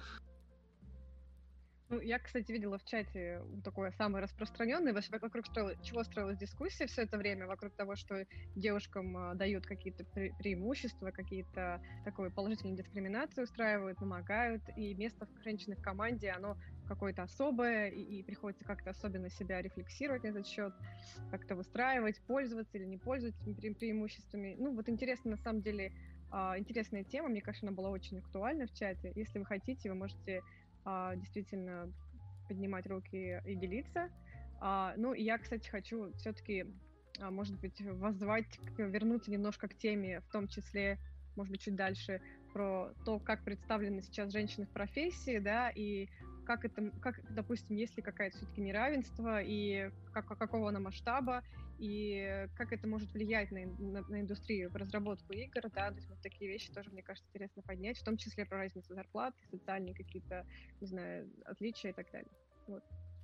Я, кстати, видела в чате такое самое распространенное, вокруг чего строилась дискуссия все это время, вокруг того, что девушкам дают какие-то преимущества, какие-то такую положительную дискриминацию устраивают, помогают, и место женщины в команде, оно какое-то особое, и приходится как-то особенно себя рефлексировать на этот счет, как-то выстраивать, пользоваться или не пользоваться этими преимуществами. Вот интересно, на самом деле, интересная тема, мне кажется, она была очень актуальна в чате. Если вы хотите, вы можете действительно поднимать руки и делиться. И я, кстати, хочу все-таки, может быть, вернуться немножко к теме, в том числе, может быть, чуть дальше, про то, как представлены сейчас женщины в профессии, да, и как, допустим, есть ли какое-то все-таки неравенство, и какого она масштаба, и как это может влиять на индустрию, в разработку игр, да, то есть вот такие вещи тоже, мне кажется, интересно поднять, в том числе про разницу зарплат, социальные какие-то, не знаю, отличия и так далее. Вот.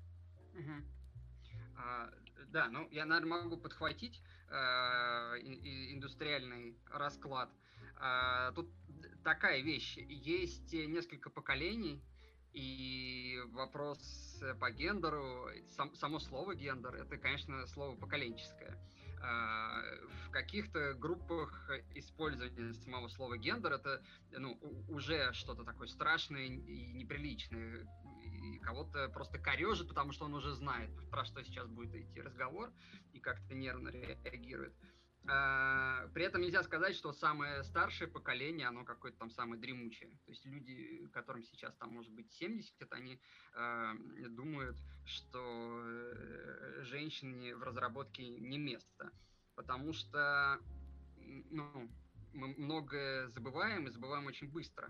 Да, я, наверное, могу подхватить индустриальный расклад. Тут такая вещь. Есть несколько поколений, и вопрос по гендеру, само слово гендер, это, конечно, слово поколенческое. В каких-то группах использование самого слова гендер это уже что-то такое страшное и неприличное. И кого-то просто корежит, потому что он уже знает, про что сейчас будет идти разговор, и как-то нервно реагирует. При этом нельзя сказать, что самое старшее поколение, оно какое-то там самое дремучее. То есть люди, которым сейчас там может быть 70, они думают, что женщине в разработке не место. Потому что мы многое забываем и забываем очень быстро.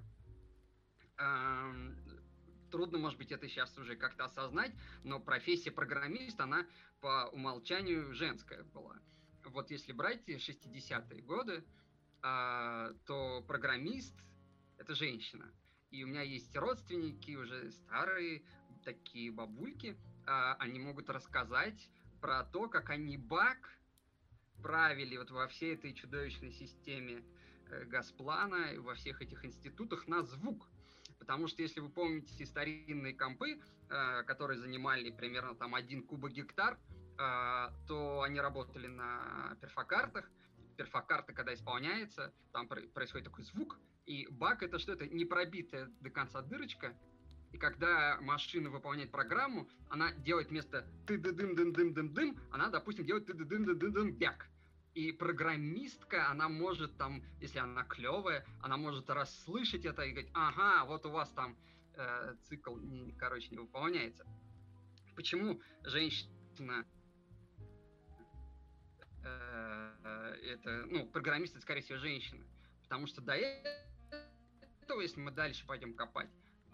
Трудно, может быть, это сейчас уже как-то осознать, но профессия программиста, она по умолчанию женская была. Вот если брать 60-е годы, то программист – это женщина. И у меня есть родственники, уже старые, такие бабульки, они могут рассказать про то, как они баг правили вот во всей этой чудовищной системе Газплана и во всех этих институтах на звук. Потому что, если вы помните старинные компы, которые занимали примерно там 1 кубогектар, то они работали на перфокартах. Перфокарта, когда исполняется, там происходит такой звук, и баг — это что? Это не пробитая до конца дырочка, и когда машина выполняет программу, она делает вместо ты-ды-дым-дым-дым-дым-дым, она, допустим, делает ты-ды-дым-дым-дым-дым-бяк. И программистка, она может там, если она клевая, она может расслышать это и говорить: ага, вот у вас там цикл, не выполняется. Почему женщина это, ну, программисты, скорее всего, женщины. Потому что до этого, если мы дальше пойдем копать,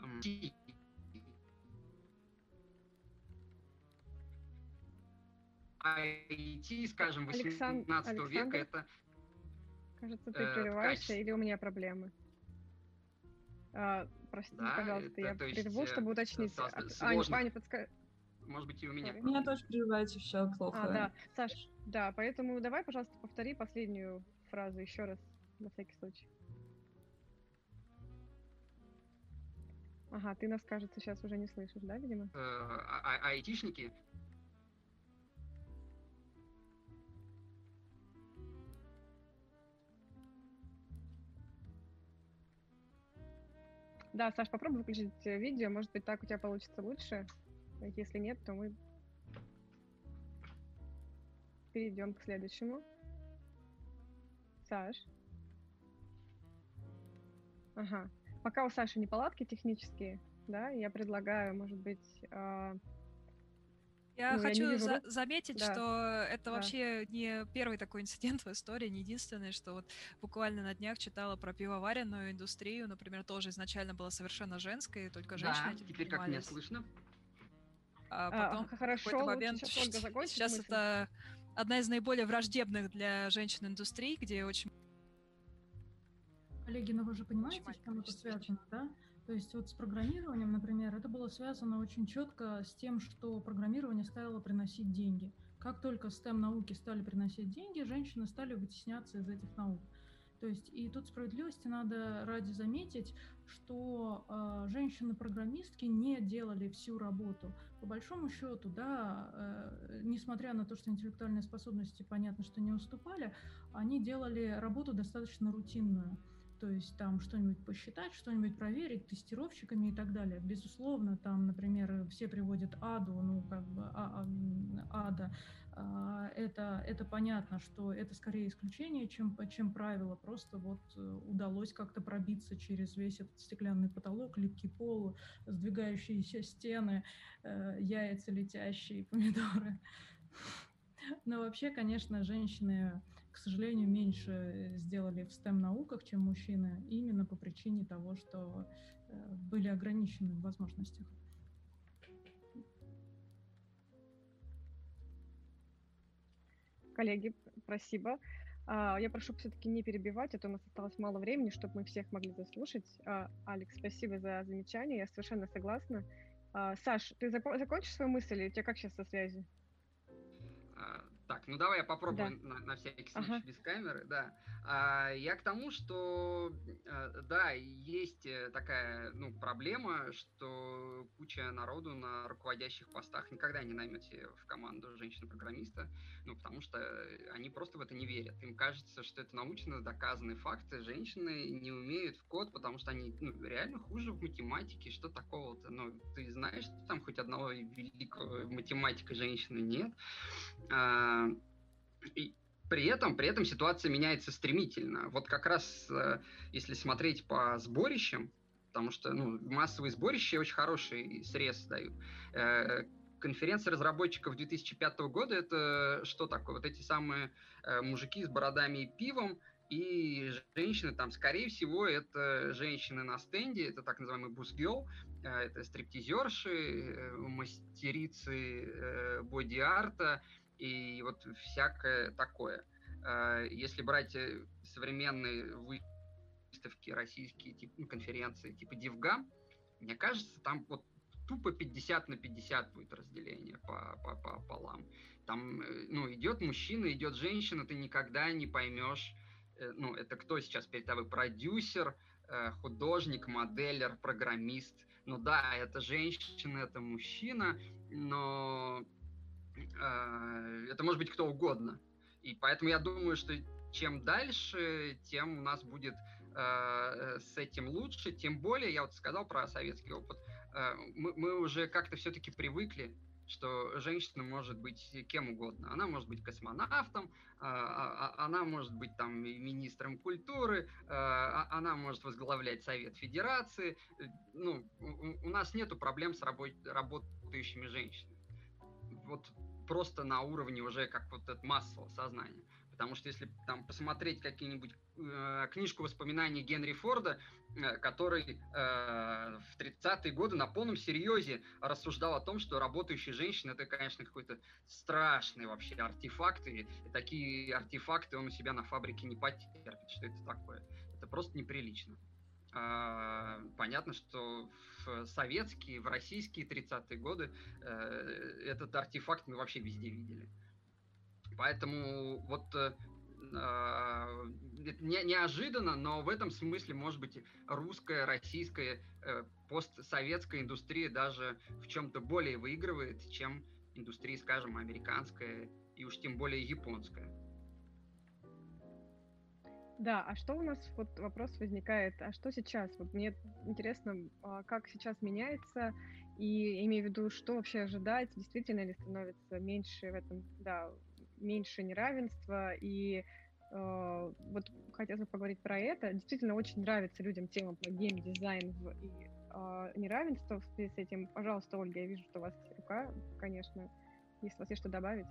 IT, скажем, 18 века, это... Кажется, ты прерываешься, или у меня проблемы? Прости, Да, пожалуйста, я то есть, прерву, чтобы уточнить. сложно. Аня, подскажи. Может быть, и у меня. У меня тоже прерывается все плохо. Да, Саш, да, поэтому давай, пожалуйста, повтори последнюю фразу еще раз, на всякий случай. Ага, ты нас, кажется, сейчас уже не слышишь, да, видимо? Айтишники. Да, Саш, попробуй выключить видео, может быть, так у тебя получится лучше. Если нет, то мы перейдем к следующему. Саш. Ага. Пока у Саши неполадки технические, да, я предлагаю, может быть... Я хочу заметить, да. что это вообще не первый такой инцидент в истории, не единственный, что вот буквально на днях читала про пивоваренную индустрию, например, тоже изначально была совершенно женской, только женщины этим теперь как меня слышно? А потом в какой-то момент сейчас это одна из наиболее враждебных для женщин индустрий, где очень... Коллеги, ну вы же понимаете, с чем это связано, да? То есть вот с программированием, например, это было связано очень четко с тем, что программирование стало приносить деньги. Как только STEM-науки стали приносить деньги, женщины стали вытесняться из этих наук. То есть и тут справедливости надо ради заметить, что женщины-программистки не делали всю работу. По большому счету, да, несмотря на то, что интеллектуальные способности, понятно, что не уступали, они делали работу достаточно рутинную. То есть там что-нибудь посчитать, что-нибудь проверить тестировщиками и так далее. Безусловно, там, например, все приводят Аду, ну, как бы Ада. Это понятно, что это скорее исключение, чем правило. Просто вот удалось как-то пробиться через весь этот стеклянный потолок, липкий пол, сдвигающиеся стены, яйца летящие, помидоры. Но вообще, конечно, женщины, к сожалению, меньше сделали в STEM-науках, чем мужчины, именно по причине того, что были ограничены в возможностях. Коллеги, спасибо. Я прошу все-таки не перебивать, а то у нас осталось мало времени, чтобы мы всех могли заслушать. Алекс, спасибо за замечание, я совершенно согласна. Саш, ты закончишь свою мысль, или у тебя как сейчас со связью? Так, ну давай я попробую на всякий случай без камеры, да. Я к тому, что, да, есть такая, ну, проблема, что куча народу на руководящих постах никогда не наймет себе в команду женщину-программиста, ну, потому что они просто в это не верят. Им кажется, что это научно доказанный факт, женщины не умеют в код, потому что они, ну, реально хуже в математике, что такого-то? Ну, ты знаешь, что там хоть одного великого математика женщины нет? И при этом ситуация меняется стремительно. Вот как раз, если смотреть по сборищам, потому что, ну, массовые сборища очень хороший срез дают. Конференция разработчиков 2005 года — это что такое? Вот эти самые мужики с бородами и пивом, и женщины там, скорее всего, это женщины на стенде, это так называемый бусгерл, это стриптизерши, мастерицы боди-арта, и вот всякое такое. Если брать современные выставки российские, типа, конференции типа DivGam, мне кажется, там вот тупо 50/50 будет разделение по полам. Там, ну, идет мужчина, идет женщина, ты никогда не поймешь, ну, это кто сейчас перед тобой, продюсер, художник, моделер, программист. Ну да, это женщина, это мужчина, но это может быть кто угодно. И поэтому я думаю, что чем дальше, тем у нас будет с этим лучше. Тем более, я вот сказал про советский опыт, мы уже как-то все-таки привыкли, что женщина может быть кем угодно. Она может быть космонавтом, она может быть там министром культуры, она может возглавлять Совет Федерации. Ну, у нас нету проблем с работающими женщинами. Вот просто на уровне уже как вот это массового сознания. Потому что если там посмотреть какие-нибудь книжку воспоминаний Генри Форда, который в 30-е годы на полном серьезе рассуждал о том, что работающие женщины — это, конечно, какой-то страшный вообще артефакт, и такие артефакты он у себя на фабрике не потерпит. Что это такое? Это просто неприлично. Понятно, что в советские, в российские 30-е годы этот артефакт мы вообще везде видели. Поэтому вот неожиданно, но в этом смысле, может быть, русская, российская, постсоветская индустрия даже в чем-то более выигрывает, чем индустрия, скажем, американская и уж тем более японская. Да, а что у нас, вот вопрос возникает, а что сейчас? Вот мне интересно, как сейчас меняется, и имею в виду, что вообще ожидать, действительно ли становится меньше в этом, да, меньше неравенства, и вот хотелось бы поговорить про это. Действительно очень нравится людям тема про геймдизайн и неравенство в связи с этим. Пожалуйста, Ольга, я вижу, что у вас рука, конечно, если у вас есть что добавить.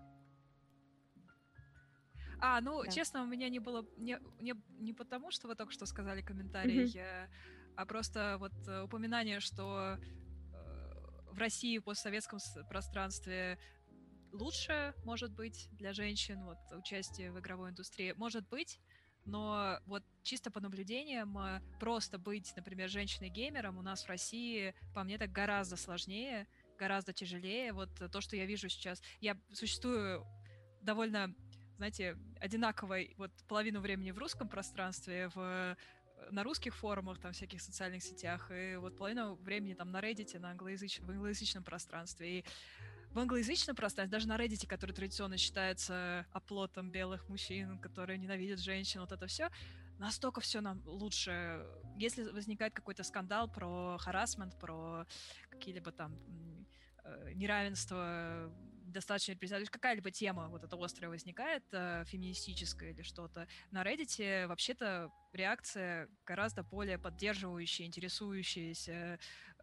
Ну, да. Честно, у меня не было не потому, что вы только что сказали комментарий, а просто вот упоминание, что в России, в постсоветском пространстве лучше, может быть, для женщин, вот, участие в игровой индустрии, может быть, но вот чисто по наблюдениям, просто быть, например, женщиной-геймером у нас в России, по мне, так гораздо сложнее, гораздо тяжелее. Вот то, что я вижу сейчас. Я существую довольно, знаете, одинаковой вот половину времени в русском пространстве, на русских форумах, там, всяких социальных сетях, и вот половину времени там на Reddit, в англоязычном пространстве. И в англоязычном пространстве, даже на Reddit, который традиционно считается оплотом белых мужчин, которые ненавидят женщин, вот это все, настолько все нам лучше. Если возникает какой-то скандал про харассмент, про какие-либо там неравенство, достаточно репрезентативность, какая-либо тема вот эта острая возникает, феминистическая или что-то, на Reddit вообще-то реакция гораздо более поддерживающая, интересующаяся,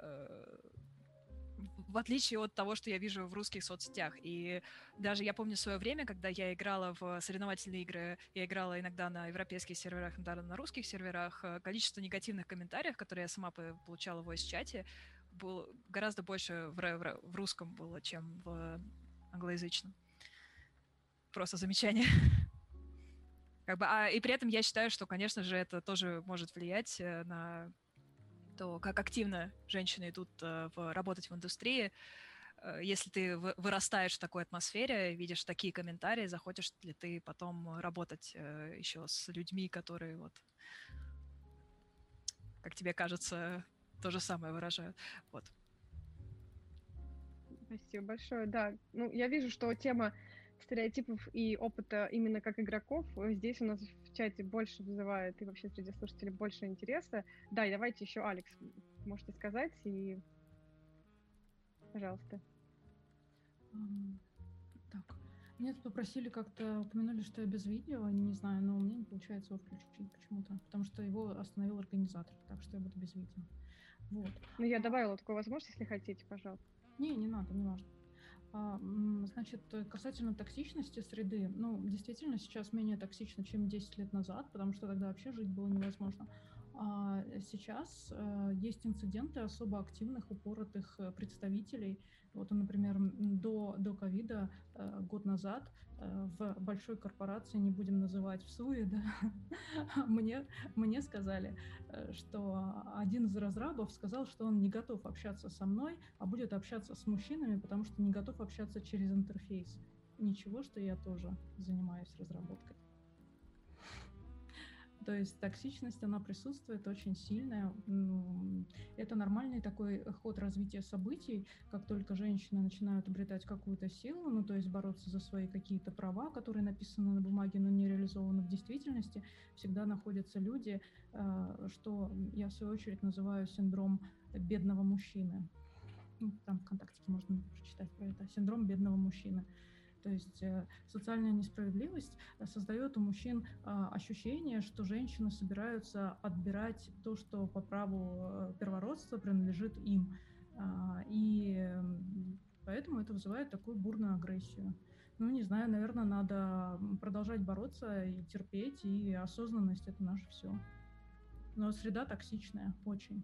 в отличие от того, что я вижу в русских соцсетях. И даже я помню свое время, когда я играла в соревновательные игры, я играла иногда на европейских серверах, иногда на русских серверах, количество негативных комментариев, которые я сама получала в voice-чате, было гораздо больше в русском было, чем в англоязычном. Просто замечание. И при этом я считаю, что, конечно же, это тоже может влиять на то, как активно женщины идут работать в индустрии. Если ты вырастаешь в такой атмосфере, видишь такие комментарии, захочешь ли ты потом работать еще с людьми, которые, вот, как тебе кажется, то же самое выражают. Вот. Спасибо большое. Да, ну, я вижу, что тема стереотипов и опыта именно как игроков здесь у нас в чате больше вызывает, и вообще среди слушателей больше интереса. Да, и давайте еще, Алекс, можете сказать, и пожалуйста. Так, меня тут попросили как-то, упомянули, что я без видео, не знаю, но у меня не получается его включить почему-то, потому что его остановил организатор, так что я буду без видео. Вот. Ну, я добавила такую возможность, если хотите, пожалуйста. Не надо, не важно. Значит, касательно токсичности среды, ну, действительно, сейчас менее токсично, чем 10 лет назад, потому что тогда вообще жить было невозможно. А сейчас есть инциденты особо активных, упоротых представителей. Вот, например, до ковида, год назад, в большой корпорации, не будем называть в СУЕ, да, мне сказали, что один из разрабов сказал, что он не готов общаться со мной, а будет общаться с мужчинами, потому что не готов общаться через интерфейс. Ничего, что я тоже занимаюсь разработкой. То есть токсичность, она присутствует очень сильная. Это нормальный такой ход развития событий, как только женщины начинают обретать какую-то силу, ну то есть бороться за свои какие-то права, которые написаны на бумаге, но не реализованы в действительности, всегда находятся люди, что я в свою очередь называю синдром бедного мужчины. Там ВКонтакте можно прочитать про это. Синдром бедного мужчины. То есть социальная несправедливость создает у мужчин ощущение, что женщины собираются отбирать то, что по праву первородства принадлежит им. И Поэтому это вызывает такую бурную агрессию. Ну, не знаю, наверное, надо продолжать бороться и терпеть, и осознанность — это наше все. Но среда токсичная, очень.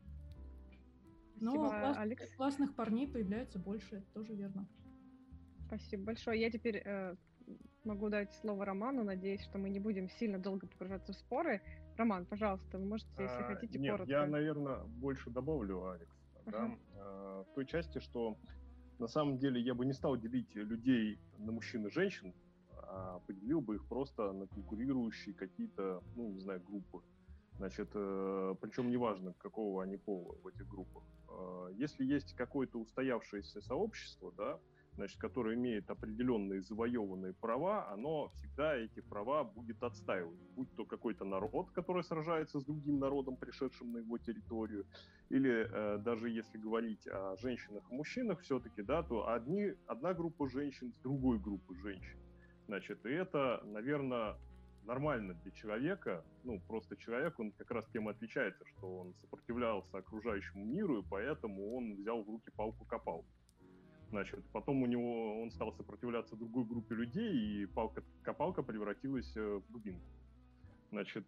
Но Спасибо, Алекс. классных парней появляется больше, это тоже верно. Спасибо большое. Я теперь могу дать слово Роману. Надеюсь, что мы не будем сильно долго погружаться в споры. Роман, пожалуйста, вы можете, если хотите, Нет, коротко. я, наверное, больше добавлю, Алекс, да, в той части, что на самом деле я бы не стал делить людей на мужчин и женщин, а поделил бы их просто на конкурирующие какие-то, ну, не знаю, группы. Значит, причем неважно, какого они пола в этих группах. Если есть какое-то устоявшееся сообщество, да, значит, которое имеет определенные завоеванные права, оно всегда эти права будет отстаивать. Будь то какой-то народ, который сражается с другим народом, пришедшим на его территорию, или даже если говорить о женщинах и мужчинах все-таки, да, то одна группа женщин с другой группой женщин. Значит, и это, наверное, нормально для человека. Ну, просто человек, он как раз тем и отличается, что он сопротивлялся окружающему миру, и поэтому он взял в руки палку-копалку. Значит, потом он стал сопротивляться другой группе людей, и палка-копалка превратилась в дубинку. Значит,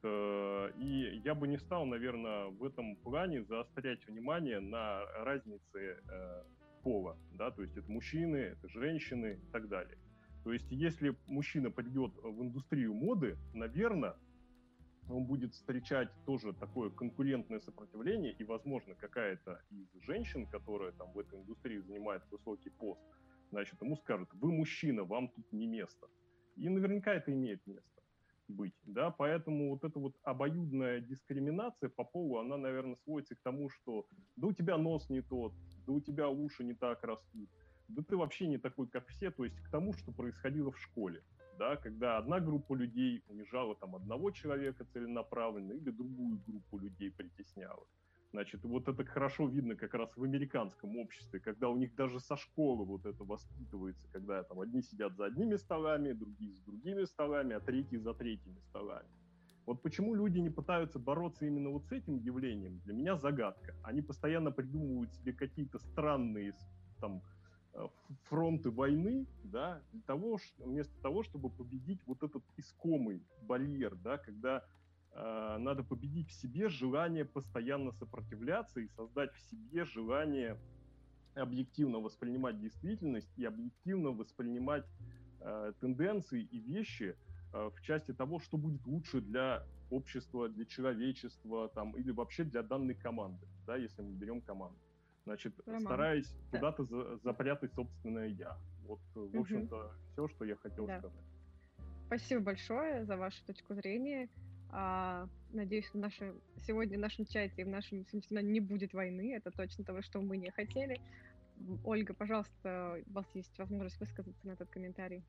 и я бы не стал, наверное, в этом плане заострять внимание на разнице пола, да, то есть это мужчины, это женщины и так далее. То есть если мужчина придет в индустрию моды, наверное, он будет встречать тоже такое конкурентное сопротивление, и, возможно, какая-то из женщин, которая там в этой индустрии занимает высокий пост, значит, ему скажут: вы мужчина, вам тут не место. И наверняка это имеет место быть, да, поэтому вот эта вот обоюдная дискриминация по полу, она, наверное, сводится к тому, что да у тебя нос не тот, да у тебя уши не так растут, да ты вообще не такой, как все, то есть к тому, что происходило в школе. Да, когда одна группа людей унижала там одного человека целенаправленно или другую группу людей притесняла. Значит, вот это хорошо видно как раз в американском обществе, когда у них даже со школы вот это воспитывается, когда там одни сидят за одними столами, другие за другими столами, а третьи за третьими столами. Вот почему люди не пытаются бороться именно вот с этим явлением, для меня загадка. Они постоянно придумывают себе какие-то странные там фронты войны, да, вместо того, чтобы победить вот этот искомый барьер, да, когда надо победить в себе желание постоянно сопротивляться и создать в себе желание объективно воспринимать действительность и объективно воспринимать тенденции и вещи в части того, что будет лучше для общества, для человечества там, или вообще для данной команды, да, если мы берем команду. Значит, стараясь куда-то запрятать собственное «я». Вот, в общем-то, все, что я хотел сказать. Спасибо большое за вашу точку зрения. Надеюсь, сегодня в нашем чате и в нашем семинаре не будет войны. Это точно того, что мы не хотели. Ольга, пожалуйста, у вас есть возможность высказаться на этот комментарий.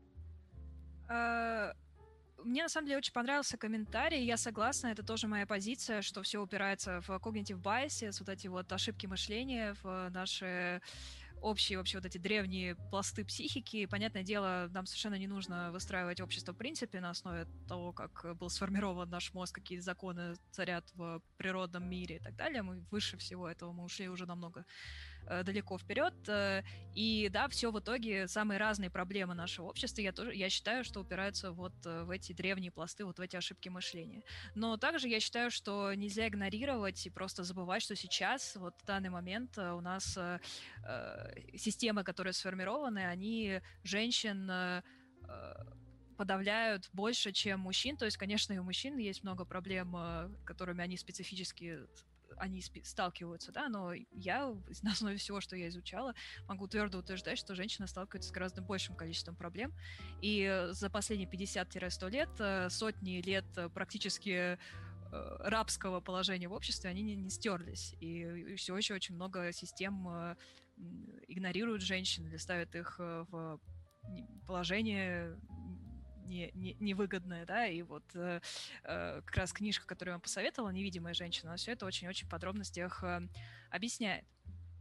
Мне, на самом деле, очень понравился комментарий, я согласна, это тоже моя позиция, что все упирается в cognitive biases, вот эти вот ошибки мышления, в наши общие вообще вот эти древние пласты психики. И, понятное дело, нам совершенно не нужно выстраивать общество в принципе на основе того, как был сформирован наш мозг, какие законы царят в природном мире и так далее. Мы выше всего этого, мы ушли уже намного далеко вперед. И да, все в итоге, самые разные проблемы нашего общества, я считаю, что упираются вот в эти древние пласты, вот в эти ошибки мышления. Но также я считаю, что нельзя игнорировать и просто забывать, что сейчас, вот в данный момент у нас системы, которые сформированы, они женщин подавляют больше, чем мужчин. То есть, конечно, и у мужчин есть много проблем, которыми они специфически сталкиваются, да, но я на основе всего, что я изучала, могу твердо утверждать, что женщины сталкиваются с гораздо большим количеством проблем, и за последние 50-100 лет сотни лет практически рабского положения в обществе, они не стерлись, и все еще очень много систем игнорируют женщин или ставят их в положение невыгодное, да, и вот как раз книжка, которую я вам посоветовала, «Невидимая женщина», все это очень-очень в подробностях объясняет.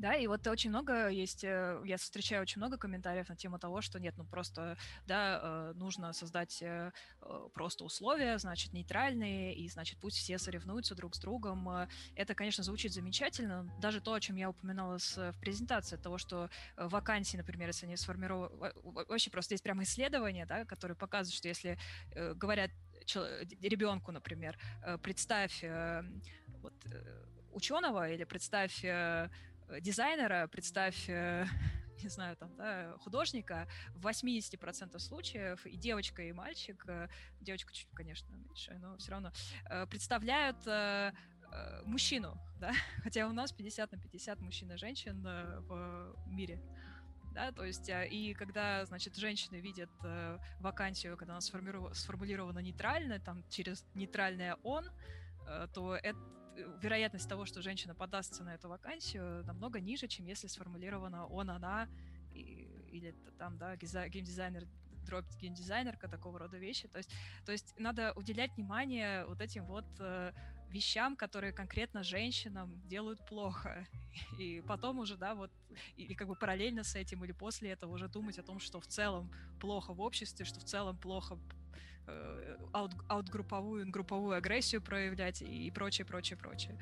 Да, и вот очень много есть, я встречаю очень много комментариев на тему того, что нет, ну просто, да, нужно создать просто условия, значит, нейтральные, и, значит, пусть все соревнуются друг с другом. Это, конечно, звучит замечательно. Даже то, о чем я упоминала в презентации, того, что вакансии, например, если они сформированы... Вообще просто есть прямо исследования, да, которые показывают, что если говорят ребенку, например, представь вот, ученого или представь дизайнера, представь, не знаю, там, да, художника, в 80% случаев и девочка, и мальчик, девочка чуть, конечно, меньше, но все равно, представляют мужчину, да, хотя у нас 50/50 мужчин и женщин в мире. Да, то есть, и когда, значит, женщины видят вакансию, когда она сформулирована нейтрально, там, через нейтральное «он», то это вероятность того, что женщина подастся на эту вакансию, намного ниже, чем если сформулировано он, она, или там, да, геймдизайнер, дропт геймдизайнерка, такого рода вещи. То есть надо уделять внимание вот этим вот вещам, которые конкретно женщинам делают плохо. И потом уже, да, вот, или как бы параллельно с этим, или после этого уже думать о том, что в целом плохо в обществе, что в целом плохо аутгрупповую, групповую агрессию проявлять и прочее, прочее, прочее.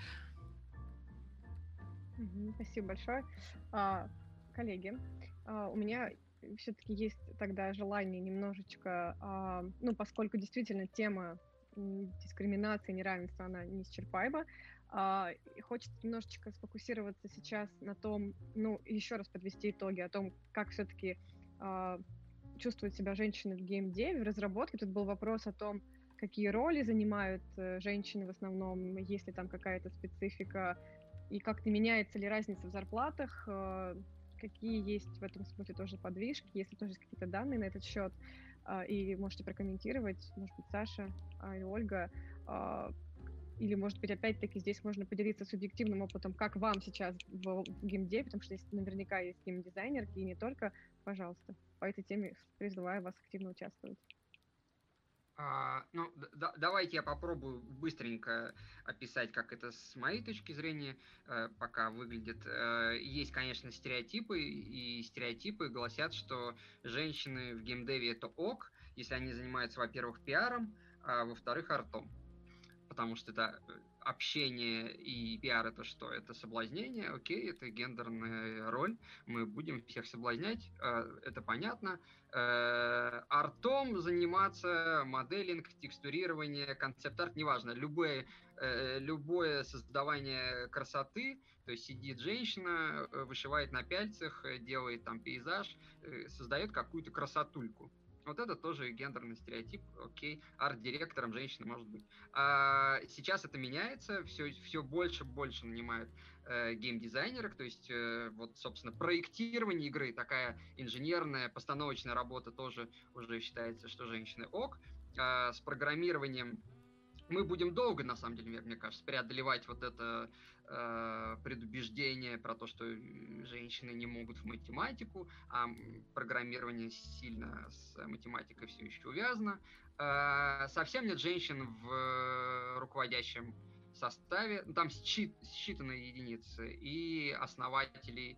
Спасибо большое. Коллеги, у меня все-таки есть тогда желание немножечко, ну, поскольку действительно тема дискриминации, неравенства, она неисчерпаема, хочется немножечко сфокусироваться сейчас на том, ну, еще раз подвести итоги о том, как все-таки чувствуют себя женщины в геймдеве, в разработке. Тут был вопрос о том, какие роли занимают женщины в основном, есть ли там какая-то специфика, и как-то меняется ли разница в зарплатах, какие есть в этом смысле тоже подвижки, если тоже есть какие-то данные на этот счет, и можете прокомментировать, может быть, Саша или Ольга, или, может быть, опять-таки здесь можно поделиться субъективным опытом, как вам сейчас в геймдеве, потому что наверняка есть геймдизайнерки, и не только. Пожалуйста, по этой теме призываю вас активно участвовать. Давайте я попробую быстренько описать, как это с моей точки зрения пока выглядит. Есть, конечно, стереотипы, и стереотипы гласят, что женщины в геймдеве это ок, если они занимаются, во-первых, пиаром, а во-вторых, артом. Потому что это общение и пиар это что? Это соблазнение, окей, это гендерная роль, мы будем всех соблазнять, это понятно. Артом заниматься, моделинг, текстурирование, концепт-арт, неважно, любое создавание красоты, то есть сидит женщина, вышивает на пяльцах, делает там пейзаж, создает какую-то красотульку. Вот это тоже гендерный стереотип, окей, арт-директором женщина может быть. А сейчас это меняется, все больше и больше нанимают геймдизайнерок, то есть вот, собственно, проектирование игры, такая инженерная, постановочная работа тоже уже считается, что женщины ок. С программированием мы будем долго, на самом деле, мне кажется, преодолевать вот это предубеждение про то, что женщины не могут в математику, а программирование сильно с математикой все еще увязано. Совсем нет женщин в руководящем составе, там считанные единицы, и основателей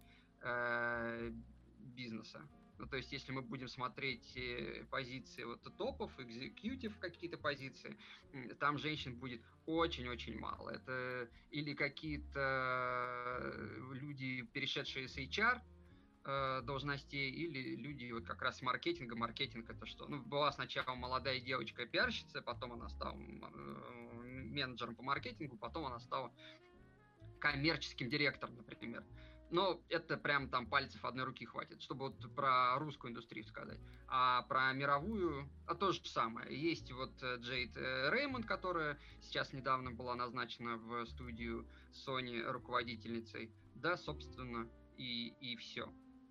бизнеса. Ну, то есть, если мы будем смотреть позиции вот топов, экзекьютив какие-то позиции, там женщин будет очень-очень мало. Это или какие-то люди, перешедшие с HR должностей, или люди вот как раз с маркетинга. Маркетинг это что? Ну, была сначала молодая девочка-пиарщица, потом она стала менеджером по маркетингу, потом она стала коммерческим директором, например. Но это прям там пальцев одной руки хватит, чтобы вот про русскую индустрию сказать. А про мировую, то же самое. Есть вот Джейд Реймонд, которая сейчас недавно была назначена в студию Sony руководительницей. Да, собственно, и все.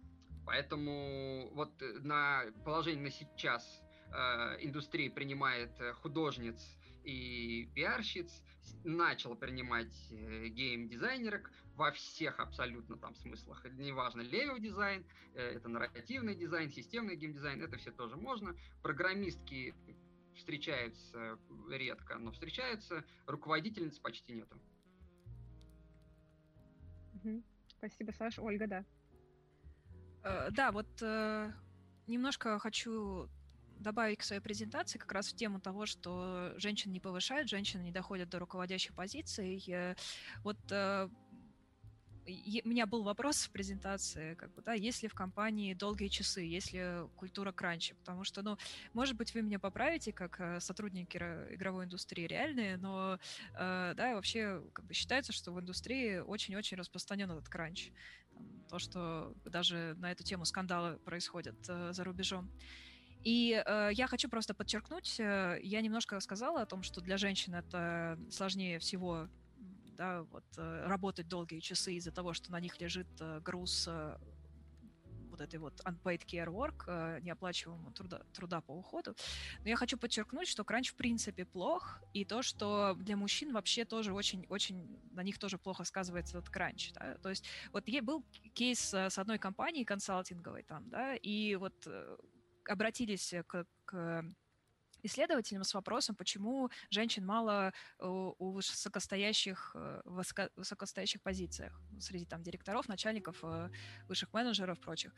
Поэтому вот на положение на сейчас индустрия принимает художниц и пиарщиц, начал принимать гейм-дизайнерок во всех абсолютно там смыслах. Неважно, левел-дизайн, это нарративный дизайн, системный гейм-дизайн, это все тоже можно. Программистки встречаются редко, но встречаются. Руководительниц почти нету. Спасибо, Саш. Ольга, да. Да, вот немножко хочу добавить к своей презентации как раз в тему того, что женщин не повышают, женщины не доходят до руководящих позиций. Вот у меня был вопрос в презентации, как бы, да, есть ли в компании долгие часы, есть ли культура кранча, потому что, ну, может быть, вы меня поправите, как сотрудники игровой индустрии реальные, но, да, вообще, как бы, считается, что в индустрии очень-очень распространен этот кранч. То, что даже на эту тему скандалы происходят за рубежом. И я хочу просто подчеркнуть, я немножко сказала о том, что для женщин это сложнее всего, да, вот, работать долгие часы из-за того, что на них лежит груз вот этой вот unpaid care work, неоплачиваемого труда по уходу. Но я хочу подчеркнуть, что кранч в принципе плох, и то, что для мужчин вообще тоже очень-очень, на них тоже плохо сказывается этот кранч. Да? То есть вот был кейс с одной компанией консалтинговой там, да, и вот обратились к исследователям с вопросом, почему женщин мало у высокостоящих позициях, среди там директоров, начальников, высших менеджеров, прочих.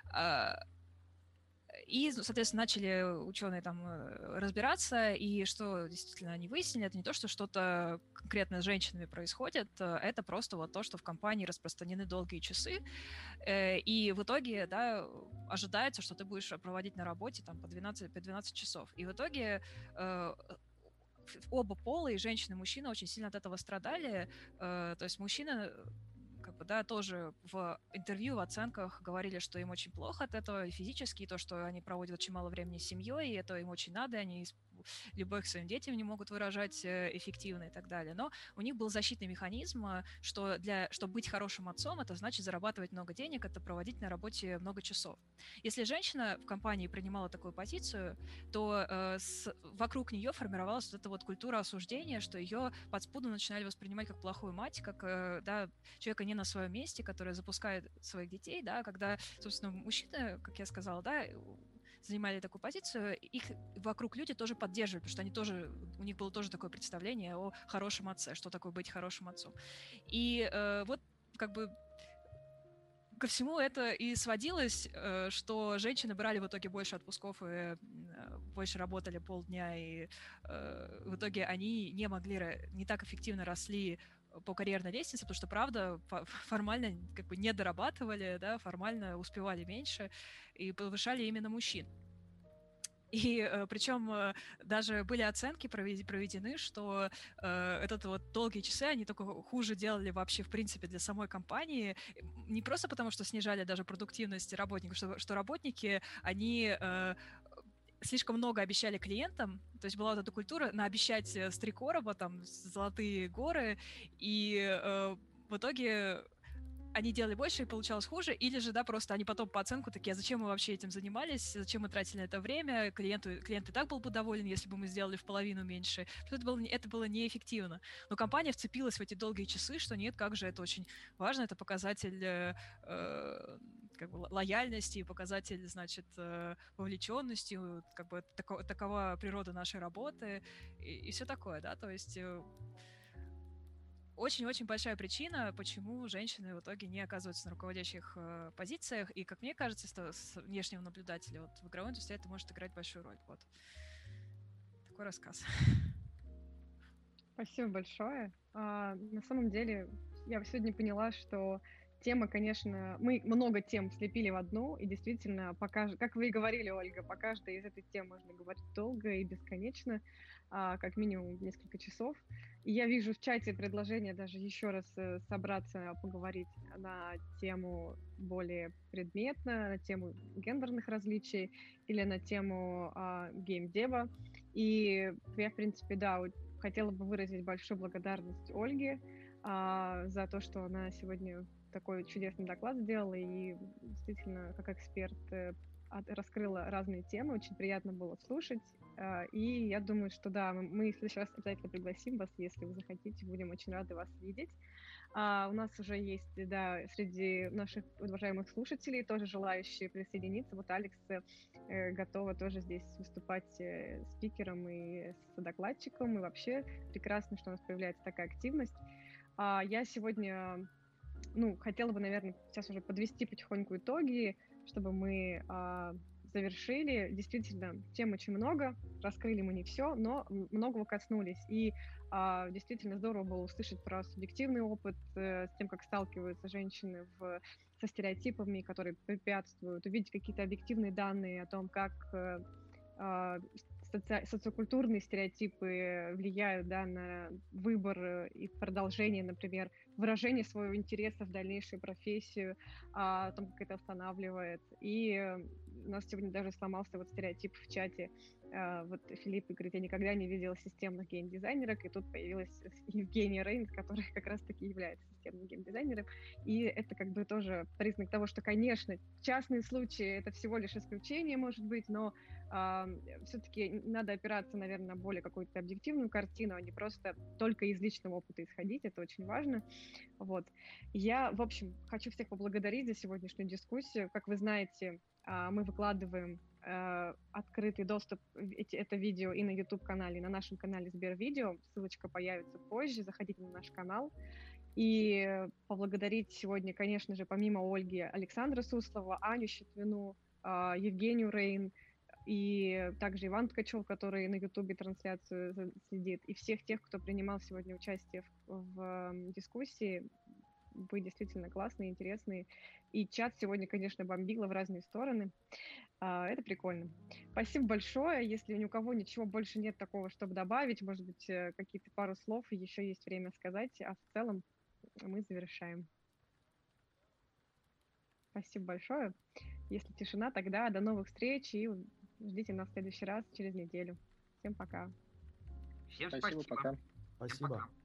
И, соответственно, начали ученые там разбираться, и что действительно они выяснили, это не то, что что-то конкретно с женщинами происходит, это просто вот то, что в компании распространены долгие часы, и в итоге, да, ожидается, что ты будешь проводить на работе там по 12 часов. И в итоге оба пола, и женщины, и мужчины, очень сильно от этого страдали. То есть мужчины, как бы, да, тоже в интервью, в оценках говорили, что им очень плохо от этого, и физически, и то, что они проводят очень мало времени с семьей, и это им очень надо, и они любовь к своим детям не могут выражать эффективно и так далее. Но у них был защитный механизм, что чтобы быть хорошим отцом, это значит зарабатывать много денег, это проводить на работе много часов. Если женщина в компании принимала такую позицию, то вокруг нее формировалась вот эта вот культура осуждения, что ее подспудно начинали воспринимать как плохую мать, как да, человека не на своем месте, который запускает своих детей, да, когда, собственно, мужчины, как я сказала, да, занимали такую позицию, их вокруг люди тоже поддерживали, потому что они тоже, у них было тоже такое представление о хорошем отце, что такое быть хорошим отцом. И вот как бы ко всему это и сводилось, что женщины брали в итоге больше отпусков и больше работали полдня, и в итоге они не так эффективно росли по карьерной лестнице, потому что, правда, формально как бы не дорабатывали, да, формально успевали меньше и повышали именно мужчин. И причем даже были оценки проведены, что этот вот долгие часы они только хуже делали вообще в принципе для самой компании. Не просто потому, что снижали даже продуктивность работников, что работники, они слишком много обещали клиентам, то есть была вот эта культура наобещать с 3 короба, там, золотые горы, и в итоге они делали больше, и получалось хуже, или же, да, просто они потом по оценку такие, а зачем мы вообще этим занимались, зачем мы тратили на это время, клиент и так был бы доволен, если бы мы сделали в половину меньше, это было неэффективно. Но компания вцепилась в эти долгие часы, что нет, как же это очень важно, это показатель как бы лояльности, показатель, значит, вовлеченности, как бы такова природа нашей работы и все такое, да, то есть очень-очень большая причина, почему женщины в итоге не оказываются на руководящих позициях, и, как мне кажется, с внешнего наблюдателя вот в игровой индустрии это может играть большую роль. Вот. Такой рассказ. Спасибо большое. На самом деле, я сегодня поняла, что тема, конечно, мы много тем слепили в одну, и действительно, как вы и говорили, Ольга, по каждой из этой тем можно говорить долго и бесконечно, как минимум несколько часов. И я вижу в чате предложение даже еще раз собраться, поговорить на тему более предметно, на тему гендерных различий или на тему геймдева. И я, в принципе, да, хотела бы выразить большую благодарность Ольге за то, что она сегодня такой чудесный доклад сделала и действительно, как эксперт, раскрыла разные темы. Очень приятно было слушать. И я думаю, что да, мы в следующий раз обязательно пригласим вас, если вы захотите. Будем очень рады вас видеть. У нас уже есть, да, среди наших уважаемых слушателей тоже желающие присоединиться. Вот Алекс готова тоже здесь выступать спикером и докладчиком. И вообще прекрасно, что у нас появляется такая активность. Я сегодня хотела бы, наверное, сейчас уже подвести потихоньку итоги, чтобы мы завершили. Действительно, тем очень много, раскрыли мы не все, но многого коснулись. И действительно здорово было услышать про субъективный опыт, с тем, как сталкиваются женщины со стереотипами, которые препятствуют, увидеть какие-то объективные данные о том, как социокультурные стереотипы влияют, да, на выбор и продолжение, например, выражение своего интереса в дальнейшую профессию, о том, как это останавливает. И у нас сегодня даже сломался вот стереотип в чате. Вот Филипп говорит, я никогда не видела системных геймдизайнерок, и тут появилась Евгения Рейн, которая как раз-таки является системным геймдизайнером. И это как бы тоже признак того, что, конечно, частные случаи — это всего лишь исключение, может быть, но все-таки надо опираться, наверное, на более какую-то объективную картину, а не просто только из личного опыта исходить. Это очень важно. Вот. Я, в общем, хочу всех поблагодарить за сегодняшнюю дискуссию. Как вы знаете, мы выкладываем открытый доступ это видео и на YouTube-канале, и на нашем канале Сбервидео. Ссылочка появится позже. Заходите на наш канал. И поблагодарить сегодня, конечно же, помимо Ольги, Александра Суслова, Аню Щетвину, Евгению Рейн, и также Иван Ткачев, который на Ютубе трансляцию следит, и всех тех, кто принимал сегодня участие в дискуссии. Вы действительно классные, интересные. И чат сегодня, конечно, бомбило в разные стороны. Это прикольно. Спасибо большое. Если ни у кого ничего больше нет такого, чтобы добавить, может быть, какие-то пару слов, и еще есть время сказать, а в целом мы завершаем. Спасибо большое. Если тишина, тогда до новых встреч и ждите нас в следующий раз через неделю. Всем пока. Всем Спасибо, спасибо. пока. Всем Спасибо. пока.